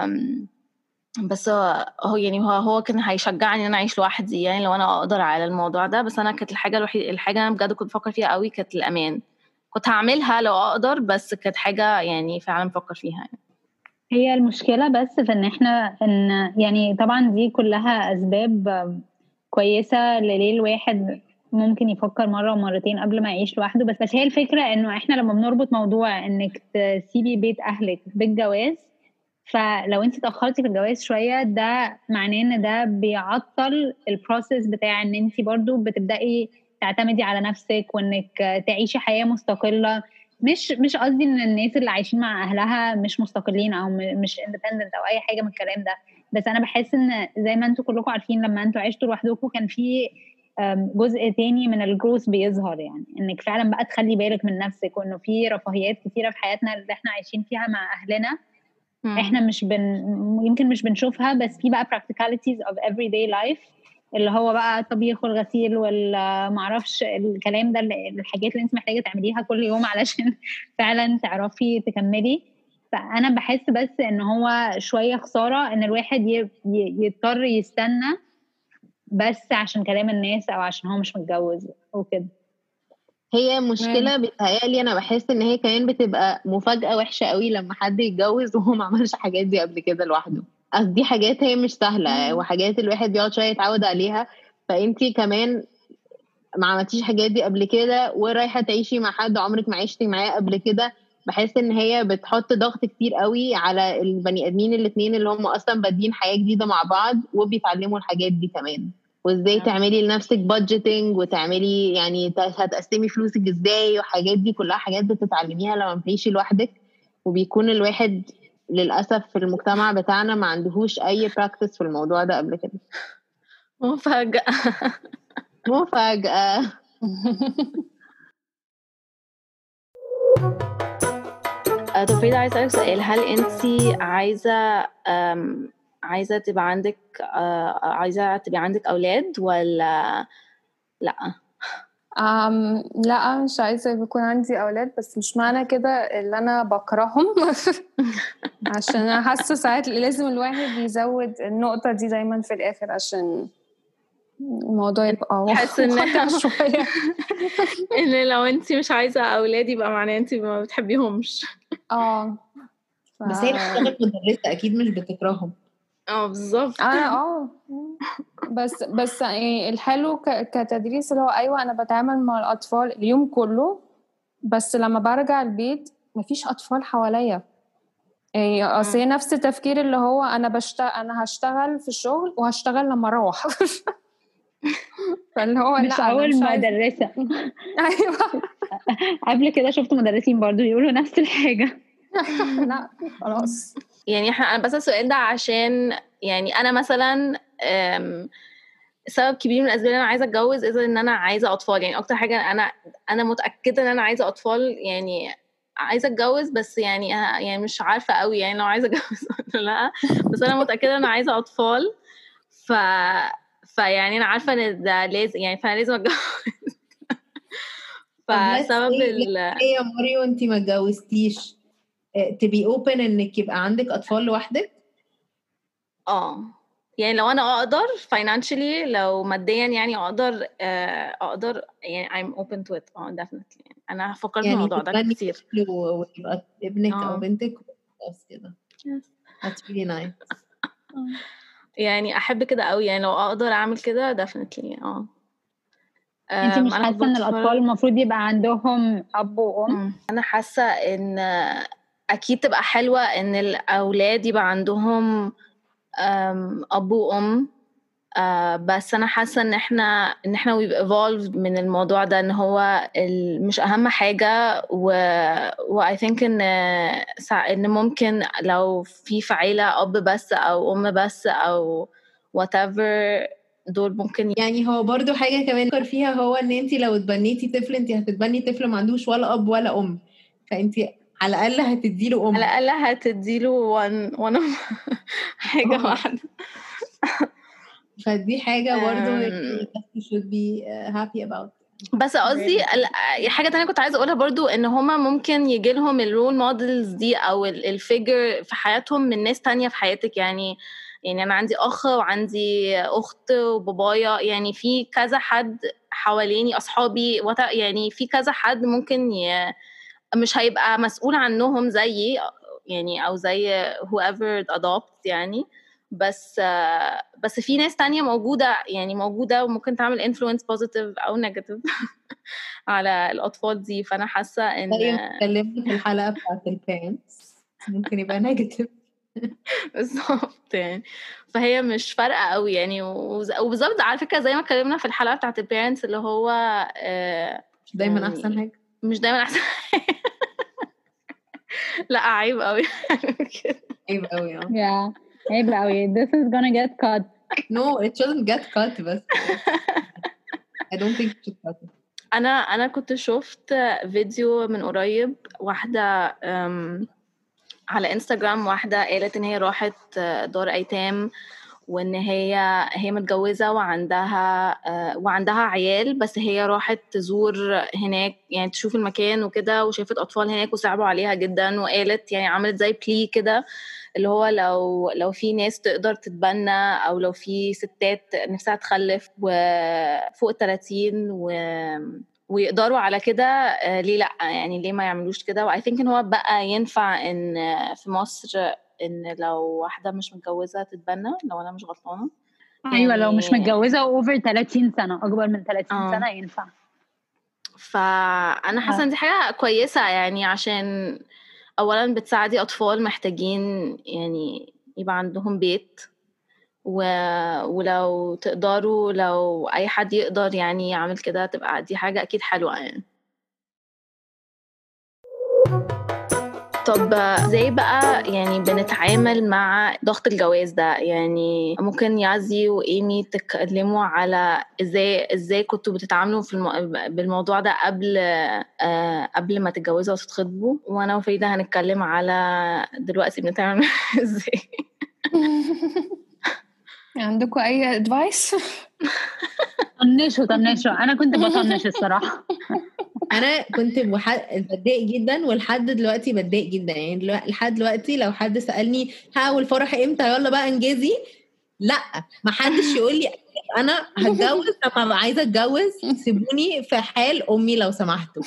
بس هو يعني هو هو كان هيشجعني ان انا اعيش لوحدي يعني لو انا اقدر على الموضوع ده. بس انا كانت الحاجة الوحيدة الحاجة انا بجد كنت بفكر فيها قوي كانت الامان، كنت هعملها لو اقدر بس كانت حاجة يعني فعلا بفكر فيها يعني. هي المشكلة بس في ان احنا ان يعني طبعا دي كلها اسباب كويسة لليه الواحد ممكن يفكر مرة ومرتين قبل ما يعيش لوحده، بس بس هي الفكرة انه احنا لما بنربط موضوع انك تسيبي بيت اهلك بالجواز، فلو انت تأخرتي في الجواز شوية ده معناه ان ده بيعطل البروسيس بتاع ان انت برضو بتبدأي تعتمدي على نفسك وانك تعيشي حياة مستقلة. مش مش قصدي ان الناس اللي عايشين مع اهلها مش مستقلين او مش اندبندنت او اي حاجة من الكلام ده، بس انا بحس ان زي ما انتوا كلكم عارفين لما انتوا عشتوا لوحدكم كان في جزء تاني من الجروث بيظهر، يعني انك فعلا بقى تخلي بالك من نفسك وانه في رفاهيات كتيرة في حياتنا اللي احنا عايشين فيها مع اهلنا احنا مش بن يمكن مش بنشوفها، بس في بقى practicalities of everyday life اللي هو بقى طبيخ والغسيل والمعرفش الكلام ده، الحاجات اللي انت محتاجة تعمليها كل يوم علشان فعلا تعرفي تكملي. فأنا بحس بس ان هو شوية خسارة ان الواحد يضطر يستنى بس عشان كلام الناس او عشان هو مش متجوز وكده. هي مشكلة بتهيألي أنا بحس إن هي كمان بتبقى مفاجأة وحشة قوي لما حد يتجوز وهو ما عملش حاجات دي قبل كده لوحده. أصل دي حاجات هي مش سهلة وحاجات الواحد بيقعد شوية يتعود عليها، فأنتي كمان ما عملتيش حاجات دي قبل كده ورايحة تعيشي مع حد عمرك ما عشتي معاه قبل كده. بحس إن هي بتحط ضغط كتير قوي على البني آدمين الاتنين اللي هم أصلا بادين حياة جديدة مع بعض وبيتعلموا الحاجات دي كمان، وازاي تعملي لنفسك بادجيتنج وتعملي يعني هتقسمي فلوسك ازاي، وحاجات دي كلها حاجات بتتعلميها لما بتعيشي لوحدك. وبيكون الواحد للاسف في المجتمع بتاعنا ما عندهوش اي براكتس في الموضوع ده قبل كده. مفاجأة. مفاجأة. طب فريدة عايزة أسألك سؤال، هل أنتي عايزة عايزة تبقى عندك عايزة تبقى عندك أولاد ولا لأ؟ أم لا مش عايزة يكون عندي أولاد، بس مش معنى كده اللي أنا بكرههم عشان أنا حاسة ساعات لازم الواحد يزود النقطة دي دايما في الآخر عشان الموضوع يبقى حاسة إن شوية إن لو أنتي مش عايزة أولاد يبقى معناه أنتي ما بتحبيهمش. اه ف... بس هي بتشتغل مدرسة أكيد مش بتكرههم. اه بالظبط. انا اه بس بس يعني الحلو كتدريس اللي هو ايوه انا بتعامل مع الاطفال اليوم كله، بس لما برجع البيت مفيش اطفال حواليا. يعني اصل هي نفس التفكير اللي هو انا بشتغل انا هشتغل في الشغل وهشتغل لما اروح فاللي هو مش لا اول مش مدرسة. ايوه قبل كده شفت مدرسين برضو يقولوا نفس الحاجة. لا خلاص. يعني احنا انا بس السؤال ده عشان يعني انا مثلا سبب كبير من الاسباب اللي انا عايزه اتجوز اذا ان انا عايزه اطفال. يعني اكتر حاجه انا انا متاكده ان انا عايزه اطفال، يعني عايزه اتجوز بس يعني يعني مش عارفه قوي يعني لو عايزه اتجوز ولا لا، بس انا متاكده ان انا عايزه اطفال. ف فيعني انا عارفه ان ده لازم، يعني فانا لازم اتجوز. فسبب ال ايه يا ماريو انت ما اتجوزتيش تبي اوبن انك يبقى عندك اطفال لوحدك؟ اه يعني لو انا اقدر financially، لو ماديا يعني اقدر اقدر يعني I'm open to it. اه definitely. يعني انا فكرت في يعني الموضوع ده كتير. ويبقى ابنك أوه. او بنتك بس كده. That's really nice. يعني احب كده قوي، يعني لو اقدر اعمل كده definitely. اه انتي مش حاسه ان الاطفال المفروض يبقى عندهم اب وام؟ انا حاسه ان اكيد تبقى حلوه ان الاولاد يبقى عندهم اب وام، آه بس انا حاسه ان احنا ان احنا وي evolved من الموضوع ده، ان هو مش اهم حاجه. و و I think ان ان ممكن لو في في عيله اب بس او ام بس او whatever دول ممكن. يعني هو برضو حاجه كمان فكر فيها، هو ان انت لو اتبنيتي طفل انت هتتبني طفل ما عندوش ولا اب ولا ام، فانت على الاقل هتديله ام، على الاقل هتديله وان وان حاجه واحده. فدي حاجه برضو you should be happy about. بس قصدي حاجه تانية كنت عايزه اقولها برضو، ان هما ممكن يجي لهم الرول مودلز دي او الفيجر في حياتهم من ناس تانية في حياتك. يعني يعني انا عندي اخ وعندي اخت وبابايا، يعني في كذا حد حواليني اصحابي، يعني في كذا حد ممكن ي... مش هيبقى مسؤول عنهم زيي يعني او زي whoever adopt يعني، بس بس في ناس تانية موجودة يعني موجودة وممكن تعمل influence positive أو negative على الأطفال دي. فأنا حاسة إن اتكلمنا في الحلقة بتاعت البيرنتس ممكن يبقى negative بالظبط يعني. فهي مش فارقة قوي يعني. وبالظبط على فكرة زي ما اتكلمنا في الحلقة بتاعت البيرنتس اللي هو مش دايما يعني أحسن حاجة مش دايما أحسن حاجة لا عيب قوي عيب قوي اه yeah عيب قوي. this is gonna get cut. no it shouldn't get cut بس I don't think it should cut it. انا انا كنت شفت فيديو من قريب واحده على انستغرام، واحده قالت ان هي راحت دار ايتام وان هي هي متجوزه وعندها وعندها عيال، بس هي راحت تزور هناك يعني تشوف المكان وكده، وشافت اطفال هناك وصعبوا عليها جدا، وقالت يعني عملت زي بلي كده اللي هو لو لو في ناس تقدر تتبنى او لو في ستات نفسها تخلف وفوق ثلاثين و ويقدروا على كده، ليه لا يعني ليه ما يعملوش كده. واي ثينك ان هو بقى ينفع ان في مصر ان لو واحده مش متجوزه تتبنى، لو انا مش غلطانه. ايوه يعني لو مش متجوزه اوفر ثلاثين سنه، اكبر من ثلاثين آه. سنه ينفع. فانا حاسه ان دي حاجه كويسه يعني، عشان اولا بتساعدي اطفال محتاجين يعني يبقى عندهم بيت، و... ولو تقدروا لو اي حد يقدر يعني يعمل كده تبقى دي حاجه اكيد حلوه يعني. طب ازاي بقى يعني بنتعامل مع ضغط الجواز ده؟ يعني ممكن يعزي وإيمي تتكلموا على ازاي ازاي كنتوا بتتعاملوا في المو... بالموضوع ده قبل آه قبل ما تتجوزوا وتتخطبوا، وانا وفريدة هنتكلم على دلوقتي بنتعامل ازاي. عندكم اي ادفايس؟ طنشوا طنشوا انا كنت بطنش الصراحه. انا كنت بتضايق جدا ولحد دلوقتي بتضايق جدا. يعني دلوقتي لحد دلوقتي لو حد سالني ها والفرح امتى يلا بقى انجزي، لا ما حدش يقول لي انا هتجوز لما ابقى عايزه اتجوز، سيبوني في حال امي لو سمحتوا.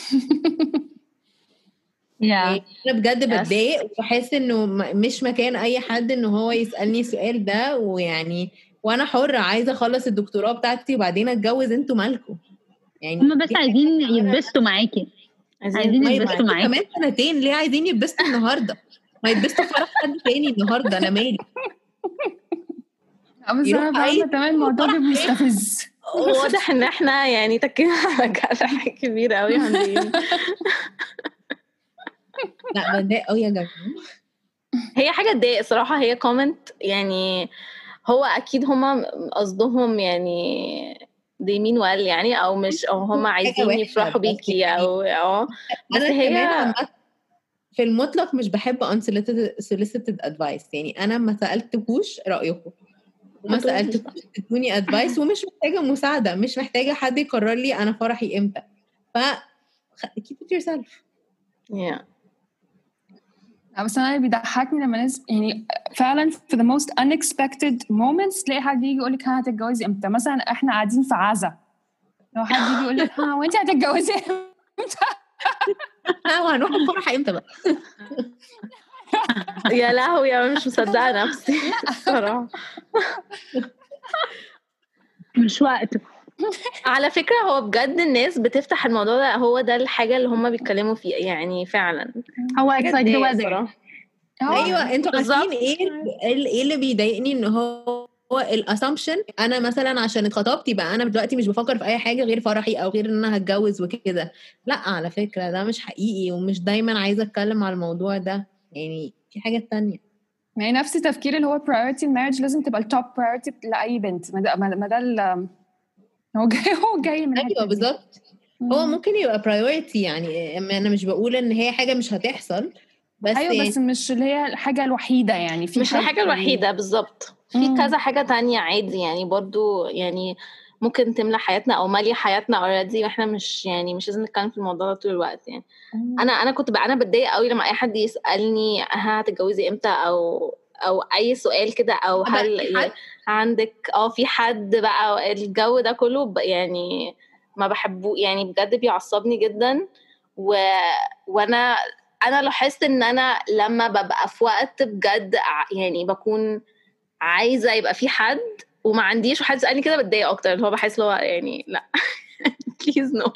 يا انا بجد بتضايق وبحس انه مش مكان اي حد ان هو يسالني السؤال ده، ويعني وانا حره عايزه اخلص الدكتوراه بتاعتي وبعدين اتجوز، انتوا مالكم يعني؟ هم بس عايزين يتبسطوا معاكي، عايزين يتبسطوا معاكي كمان سنتين. ليه عايزين يتبسطوا النهارده؟ ما يتبسطوا فرح حد تاني النهارده، انا مالي. بس انا فاهمه تمام الموضوع ده مستفز. واضح ان احنا يعني تكينا على جرح كبير قوي عندي. لا بتضايق قوي يا جماعه. هي حاجه تضايق صراحه، هي كومنت يعني هو اكيد هما قصدهم يعني دي مين وقال يعني، او مش او هما عايزين يفرحوا بيكي او اه بس هي في المطلق مش بحب unsolicited advice. يعني انا ما سالتكوش رايكم وما سالتكوش تدوني advice، ومش محتاجه مساعده، مش محتاجه حد يقرر لي انا فرحي امتى. ف keep it yourself. yeah. بس انا اللي بيضحكني لما ناس يعني فعلا في the most unexpected moments تلاقي حد يجي يقول لك ها هتتجوزي امتى. مثلا احنا قاعدين في عزا، لو حد يجي يقول لك ها وانت هتتجوزي امتى؟ وهنروح الفرح امتى بقى؟ يا لهوي يا مش مصدقه نفسي صراحه. مش وقته. على فكره هو بجد الناس بتفتح الموضوع ده، هو ده الحاجه اللي هم بيتكلموا فيها يعني فعلا. هو اكسايد صراحه. ايوه انتوا عارفين ايه ايه اللي بيضايقني؟ ان هو هو الاسامبشن انا مثلا عشان اتخطبت يبقى انا دلوقتي مش بفكر في اي حاجه غير فرحي او غير ان انا هتجوز وكده. لا على فكره ده مش حقيقي، ومش دايما عايزه اتكلم على الموضوع ده. يعني في حاجه تانية، يعني نفس التفكير اللي هو priority المارج لازم تبقى التوب priority لاي بنت. ما ده ما ده هو جاي هو جاي من ايوه بالظبط. هو ممكن يبقى priority، يعني انا مش بقول ان هي حاجه مش هتحصل، بس ايوه يعني بس مش اللي هي الحاجه الوحيده. يعني في مش الحاجه الوحيده بالظبط، في كذا حاجه تانية عادي يعني برضو يعني ممكن تملى حياتنا او ماليه حياتنا اوريدي، واحنا مش يعني مش لازم نتكلم في الموضوع ده طول الوقت يعني. مم. انا انا كنت بقى انا بتضايق قوي لما اي حد يسالني ها هتتجوزي امتى او او اي سؤال كده، او هل يعني عندك اه في حد بقى الجو ده كله يعني ما بحبه يعني بجد بيعصبني جدا. و... وانا انا لاحظت ان انا لما ببقى في وقت بجد يعني بكون عايزه يبقى في حد وما عنديش وحد يسالني كده بتضايق اكتر، اللي هو بحس له يعني لا بليز نو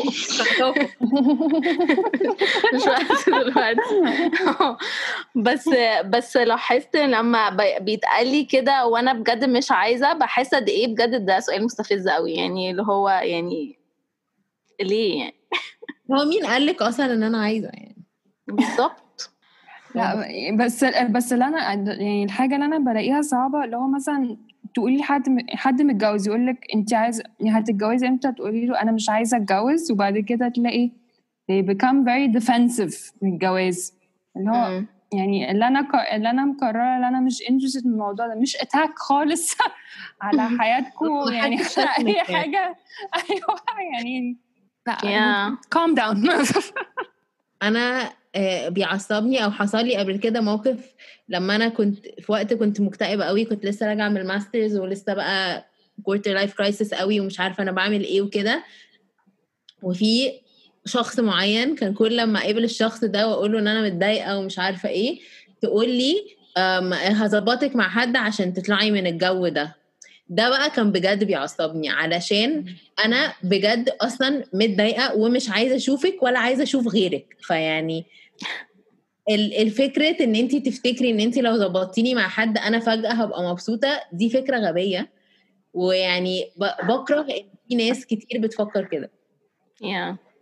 مش وقت دلوقتي. بس بس لاحظت لما بيتقال لي كده وانا بجد مش عايزه، بحس قد ايه بجد ده سؤال مستفز قوي يعني، اللي هو يعني ليه يعني هو مين قال لك اصلا ان انا عايزه يعني؟ بالظبط. لا بس بس اللي انا يعني الحاجه اللي انا بلاقيها صعبه اللي هو مثلا تقولي حد حد متجوز يقول لك انت عايزه هتتجوزي امتى، تقولي له انا مش عايزه اتجوز، وبعد كده تلاقي they become very defensive من الجواز. اللي هو م. يعني اللي انا اللي انا مقرره اللي انا مش interested من الموضوع ده، مش اتاك خالص على حياتكم يعني اي حاجه. ايوه يعني لا calm down. انا بيعصبني او حصل لي قبل كده موقف لما انا كنت في وقت كنت مكتئبه قوي، كنت لسه راجعه من الماسترز ولسه بقى كوارتر لايف كرايسيس قوي ومش عارفه انا بعمل ايه وكده. وفي شخص معين كان كل لما اقابل الشخص ده واقول له ان انا متضايقه ومش عارفه ايه تقول لي هظبطك مع حد عشان تطلعي من الجو ده. ده بقى كان بجد بيعصبني علشان انا بجد اصلا متضايقه ومش عايزه اشوفك ولا عايزه اشوف غيرك. فيعني الفكره ان انتي تفتكري ان انتي لو ظبطتيني مع حد انا فجاه هبقى مبسوطه، دي فكره غبيه. ويعني بكره ان في ناس كتير بتفكر كده. yeah.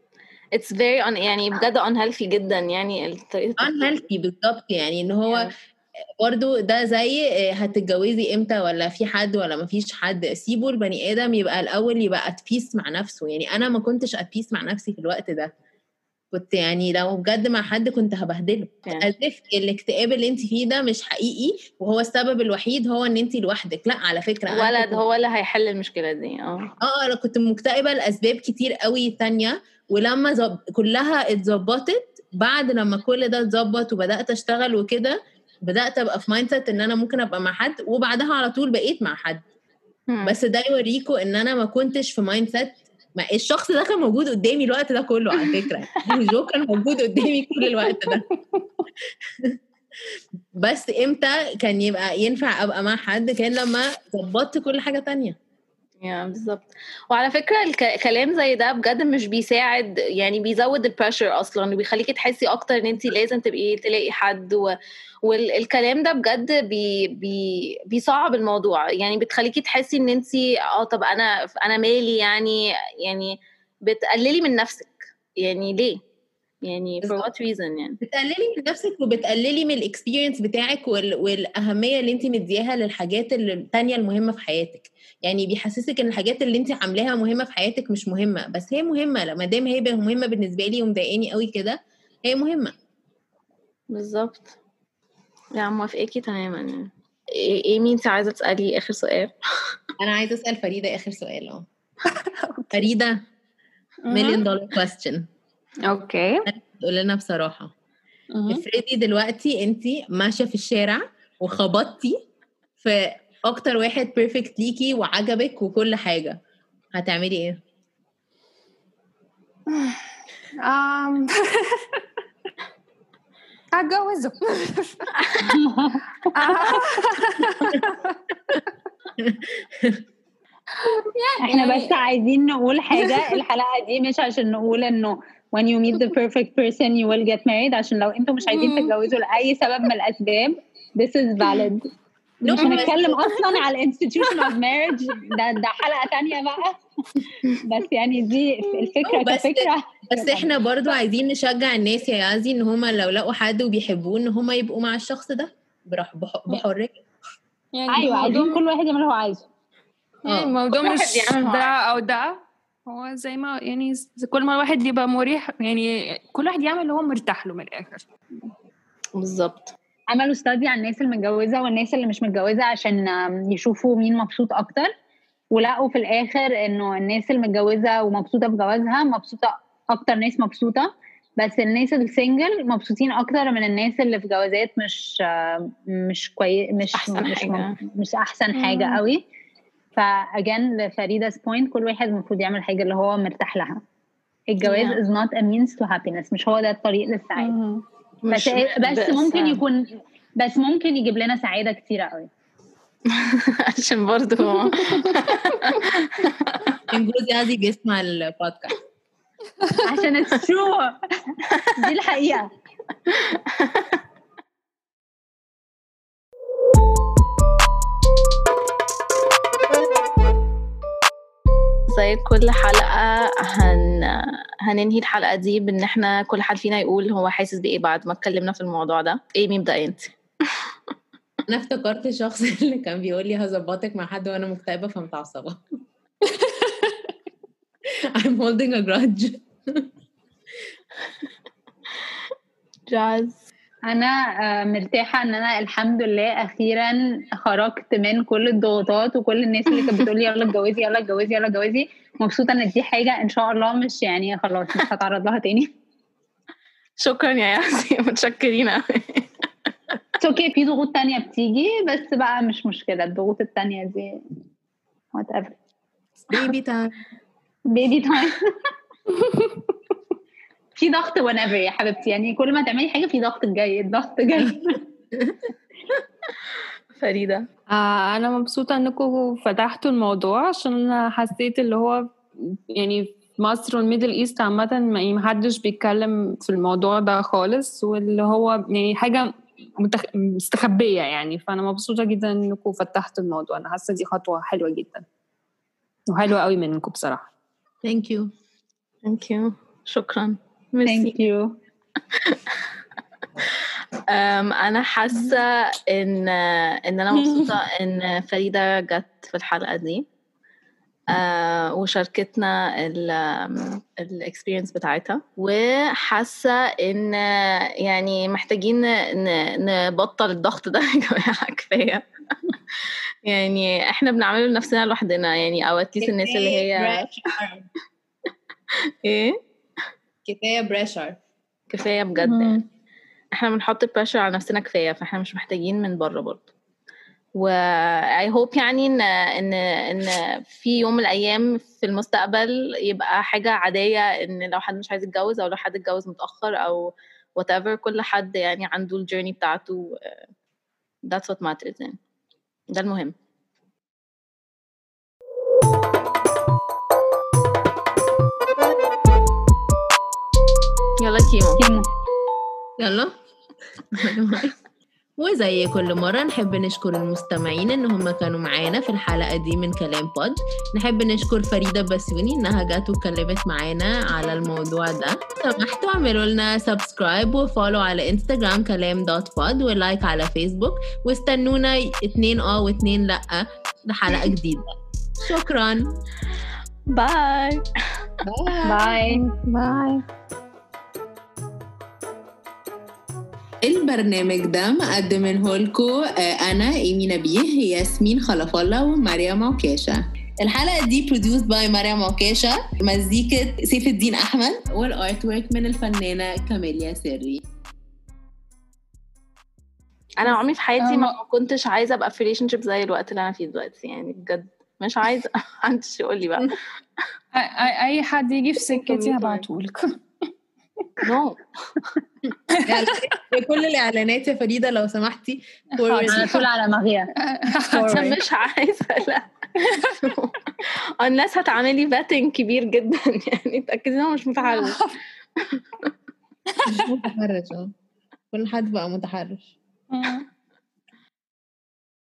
it's very un... يعني بجد unhealthy جدا يعني الطريقة unhealthy بالضبط يعني ان هو yeah. برضو ده زي هتتجوزي امتى ولا في حد ولا ما فيش حد. سيبوا البني ادم يبقى الاول يبقى at peace مع نفسه. يعني انا ما كنتش at peace مع نفسي في الوقت ده. كنت يعني لو بجد مع حد كنت هبهدله. Yeah. أزف الاكتئاب اللي انت فيه ده مش حقيقي وهو السبب الوحيد هو ان انت لوحدك. لا على فكرة ولد كنت... هو اللي هيحل المشكلة دي. اه اه انا كنت مكتئبة لأسباب كتير قوي تانية ولما زب... كلها اتظبطت بعد لما كل ده اتظبط وبدأت اشتغل وكده بدأت ابقى في مايند سيت ان انا ممكن ابقى مع حد وبعدها على طول بقيت مع حد. hmm. بس ده يوريكوا ان انا ما كنتش في مايند سيت. ما الشخص ده كان موجود قدامي الوقت ده كله على فكرة. جو كان موجود قدامي كل الوقت ده. بس امتى كان يبقى ينفع ابقى مع حد؟ كان لما ظبطت كل حاجة تانية. يا بالظبط. وعلى فكرة الكلام زي ده بجد مش بيساعد يعني بيزود البريشر أصلا وبيخليكي تحسي أكتر إن أنتي لازم تبقي تلاقي حد و... والكلام ده بجد بي... بي... بيصعب الموضوع يعني بتخليكي تحسي إن أنتي اه طب أنا أنا مالي يعني يعني بتقللي من نفسك يعني ليه يعني for what reason يعني بتقللي من نفسك وبتقللي من الاكسبيرينس بتاعك وال... والأهمية اللي انت مديها للحاجات التانية المهمة في حياتك. يعني بيحسسك ان الحاجات اللي انت عاملاها مهمة في حياتك مش مهمة بس هي مهمة. لما دام هي مهمة بالنسبة لي ومضايقاني قوي كده هي مهمة. بالظبط. لا موافقاكي تماما يعني. ايه مين انت عايزة تسألي آخر سؤال؟ انا عايزة أسأل فريدة آخر سؤال. اه فريدة مليون دولار كويستشن. اوكي تقول لنا بصراحة افرضي دلوقتي انت ماشية في الشارع وخبطتي في اكتر واحد بيرفكت ليكي وعجبك وكل حاجة هتعملي ايه؟ um هتجوزه. احنا بس عايزين نقول حاجة الحلقة دي مش عشان نقول انه when you meet the perfect person you will get married عشان لو انتم مش عايزين تتجوزوا لأي سبب من الأسباب this is valid. مش هنتكلم أصلا على institution of marriage ده ده حلقة تانية بقى. بس يعني دي الفكرة بس كفكرة. بس احنا برضو عايزين نشجع الناس يا عزي ان هما لو لقوا حد وبيحبوه ان هما يبقوا مع الشخص ده برح بحرية. يعني ايوه عايزين كل واحد يعمل اللي هو عايزه. يعني الموضوع مش ده او ده هو زي ما يعني كل ما الواحد يبقى مريح يعني كل واحد يعمل اللي هو مرتاح له من الآخر. بالظبط. عملوا استادي على الناس المتجوزة والناس اللي مش متجوزة عشان يشوفوا مين مبسوط أكتر ولقوا في الآخر إنه الناس المتجوزة ومبسوطة بجوازها مبسوطة أكتر ناس مبسوطة بس الناس السنجل مبسوطين أكتر من الناس اللي في جوازات مش مش كويس مش أحسن مش, حاجة. مش أحسن حاجة قوي. فأجان لفريدة بوينت كل واحد المفروض يعمل حاجة اللي هو مرتاح لها. الجواز yeah. is not a means to happiness مش هو ده الطريق للسعادة. بس بس بس ممكن يكون بس ممكن يجيب لنا سعادة كتيرة قوي. عشان برضو جوزي عزي بيسمع البودكاست عشان it's true دي الحقيقة. زي كل حلقة هن... هننهي الحلقة دي بان احنا كل حد فينا يقول هو حاسس بايه بعد ما اتكلمنا في الموضوع ده. ايه مين بدأ انت؟ انا افتكرت الشخص اللي كان بيقول لي هظبطك مع حد وانا مكتئبة فمتعصبة. I'm holding a grudge. جاز. أنا مرتاحة إن أنا الحمد لله أخيرا خرجت من كل الضغوطات وكل الناس اللي كانت بتقولي يلا اتجوزي يلا اتجوزي يلا اتجوزي. مبسوطة إن دي حاجة إن شاء الله مش يعني خلاص مش هتعرض لها تاني. شكرا يا ياسي متشكرين قوي. اوكي في ضغوط تانية بتيجي بس بقى مش مشكلة الضغوط التانية دي whatever. Baby time. Baby time. في ضغط whenever يا حبيبتي يعني كل ما تعملي حاجة في ضغط جاي الضغط جاي. فريدة. آه أنا مبسوطة أنكم فتحتوا الموضوع عشان حسيت اللي هو يعني في مصر والميدل إيست عامة ما حدش بيتكلم في الموضوع ده خالص واللي هو يعني حاجة متخ... مستخبية يعني. فأنا مبسوطة جدا أنكم فتحتوا الموضوع. أنا حاسة دي خطوة حلوة جدا وحلوة قوي منكم بصراحة. Thank you. Thank you. شكرا ميرسي. Thank you. أم أنا حاسة إن إن أنا مبسوطة إن فريدة جت في الحلقة دي أه وشاركتنا الإكسبيرينس بتاعتها، وحاسة إن يعني محتاجين نبطل الضغط ده يا جماعة، كفاية. يعني إحنا بنعمله لنفسنا لوحدنا يعني، أو أتليس الناس اللي هي إيه كفاية بريشر، كفاية بجد يعني. احنا بنحط بريشر على نفسنا كفايه، فاحنا مش محتاجين من بره برضه. و I hope يعني ان ان ان في يوم من الايام في المستقبل يبقى حاجه عاديه ان لو حد مش عايز يتجوز او لو حد اتجوز متاخر او whatever، كل حد يعني عنده الجيرني بتاعته. that's what matters يعني. ده المهم. يلا كيمو يلا. وزي كل مرة نحب نشكر المستمعين إن هم كانوا معانا في الحلقة دي من كلام بود. نحب نشكر فريدة بسيوني إنها جات واتكلمت معانا على الموضوع ده. سمحتوا اعملوا لنا سبسكرايب وفولو على انستغرام كلام دوت بود، ولايك على فيسبوك، واستنونا اتنين اه واتنين لأ لحلقة جديدة. شكرا. باي باي باي. البرنامج ده مقدمينه لكم أنا إيمي نبيه، ياسمين خلف الله، ومريم عكاشة. الحلقة دي produced by مريم عكاشة، مزيكة سيف الدين أحمد، والارت ورك من الفنانة كاميليا سري. أنا عمري في حياتي ما كنتش عايزة أبقى في relationship زي الوقت اللي أنا فيه دلوقتي يعني، بجد مش عايزة. محدش يقول لي بقى. أي حد يجي في سكتي هبعتهولك. نو كل الإعلانات يا فريدة لو سمحتي على طول على مغيا. أنا مش عايزة، لا. الناس هتعملي باتنج كبير جدا يعني، تأكدي إنه مش متحرش. مش متحرش، كل حد بقى متحرش.